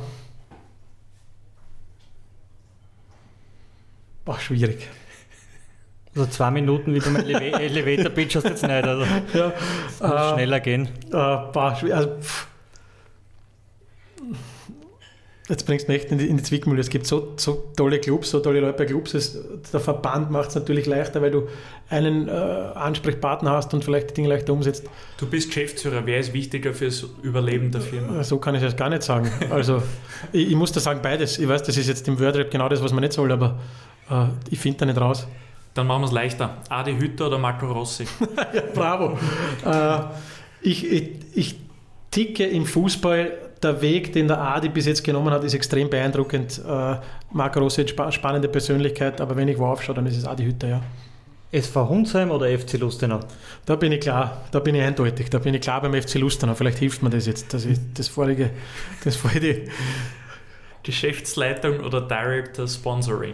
Ach, schwierig. Also zwei Minuten wie beim Elevator-Pitch hast du jetzt nicht. Also ja, es muss äh, schneller gehen. Äh, bah, also, jetzt bringst du mich echt in die, in die Zwickmühle. Es gibt so, so tolle Clubs, so tolle Leute bei Clubs. Es, der Verband macht es natürlich leichter, weil du einen äh, Ansprechpartner hast und vielleicht die Dinge leichter umsetzt. Du bist Geschäftsführer. Wer ist wichtiger fürs Überleben der Firma? So kann ich das gar nicht sagen. Also ich, ich muss da sagen, beides. Ich weiß, das ist jetzt im Wordrap genau das, was man nicht soll, aber äh, ich finde da nicht raus. Dann machen wir es leichter. Adi Hütter oder Marco Rossi? Ja, bravo. äh, ich, ich, ich ticke im Fußball. Der Weg, den der Adi bis jetzt genommen hat, ist extrem beeindruckend. Äh, Marco Rossi ist eine spannende Persönlichkeit, aber wenn ich wo aufschaue, dann ist es Adi Hütter, ja. S V Hundsheim oder F C Lustenau? Da bin ich klar, da bin ich eindeutig. Da bin ich klar beim F C Lustenau. Vielleicht hilft mir das jetzt, dass ich das vorige, das vorige Geschäftsleitung oder Director Sponsoring?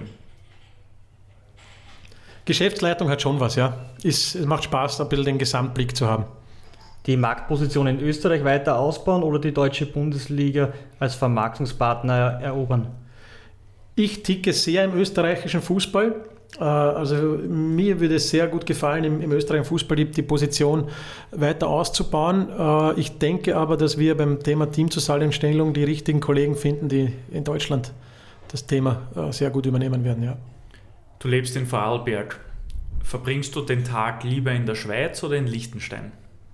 Geschäftsleitung hat schon was, ja. Ist, es macht Spaß, ein bisschen den Gesamtblick zu haben. Die Marktposition in Österreich weiter ausbauen oder die deutsche Bundesliga als Vermarktungspartner erobern? Ich ticke sehr im österreichischen Fußball. Also mir würde es sehr gut gefallen, im, im österreichischen Fußball die, die Position weiter auszubauen. Ich denke aber, dass wir beim Thema Teamzusammenstellung die richtigen Kollegen finden, die in Deutschland das Thema sehr gut übernehmen werden, ja. Du lebst in Vorarlberg. Verbringst du den Tag lieber in der Schweiz oder in Liechtenstein?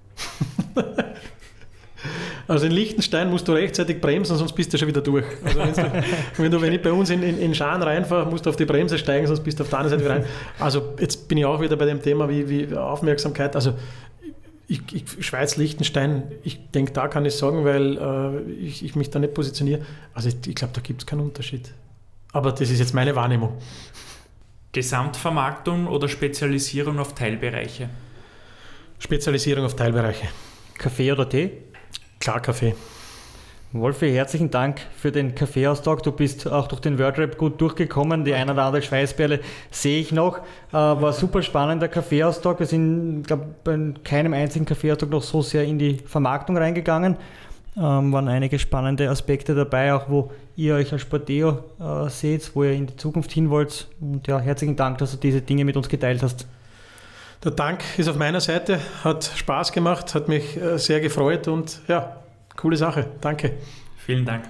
Also in Liechtenstein musst du rechtzeitig bremsen, sonst bist du schon wieder durch. Also du, wenn, du, wenn ich bei uns in, in, in Schaan reinfahre, musst du auf die Bremse steigen, sonst bist du auf der anderen Seite wieder rein. Also jetzt bin ich auch wieder bei dem Thema wie, wie Aufmerksamkeit. Also ich, ich, Schweiz, Liechtenstein, ich denke, da kann ich sagen, weil äh, ich, ich mich da nicht positioniere. Also ich, ich glaube, da gibt es keinen Unterschied. Aber das ist jetzt meine Wahrnehmung. Gesamtvermarktung oder Spezialisierung auf Teilbereiche? Spezialisierung auf Teilbereiche. Kaffee oder Tee? Klar, Kaffee. Wolfi, herzlichen Dank für den Kaffeeaustausch. Du bist auch durch den Wordrap gut durchgekommen. Die eine oder andere Schweißperle sehe ich noch. Äh, war super spannender Kaffeeaustausch. Wir sind, glaube ich, bei keinem einzigen Kaffeeaustausch noch so sehr in die Vermarktung reingegangen. Ähm, waren einige spannende Aspekte dabei, auch wo ihr euch als Sporteo äh, seht, wo ihr in die Zukunft hin wollt. Und ja, herzlichen Dank, dass du diese Dinge mit uns geteilt hast. Der Dank ist auf meiner Seite, hat Spaß gemacht, hat mich äh, sehr gefreut und ja, coole Sache. Danke. Vielen Dank.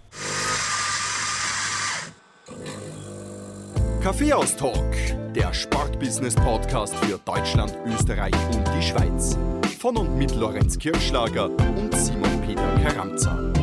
Kaffeehaus-Talk, der Sportbusiness-Podcast für Deutschland, Österreich und die Schweiz. Von und mit Lorenz Kirschlager und Simon Peter Karamza.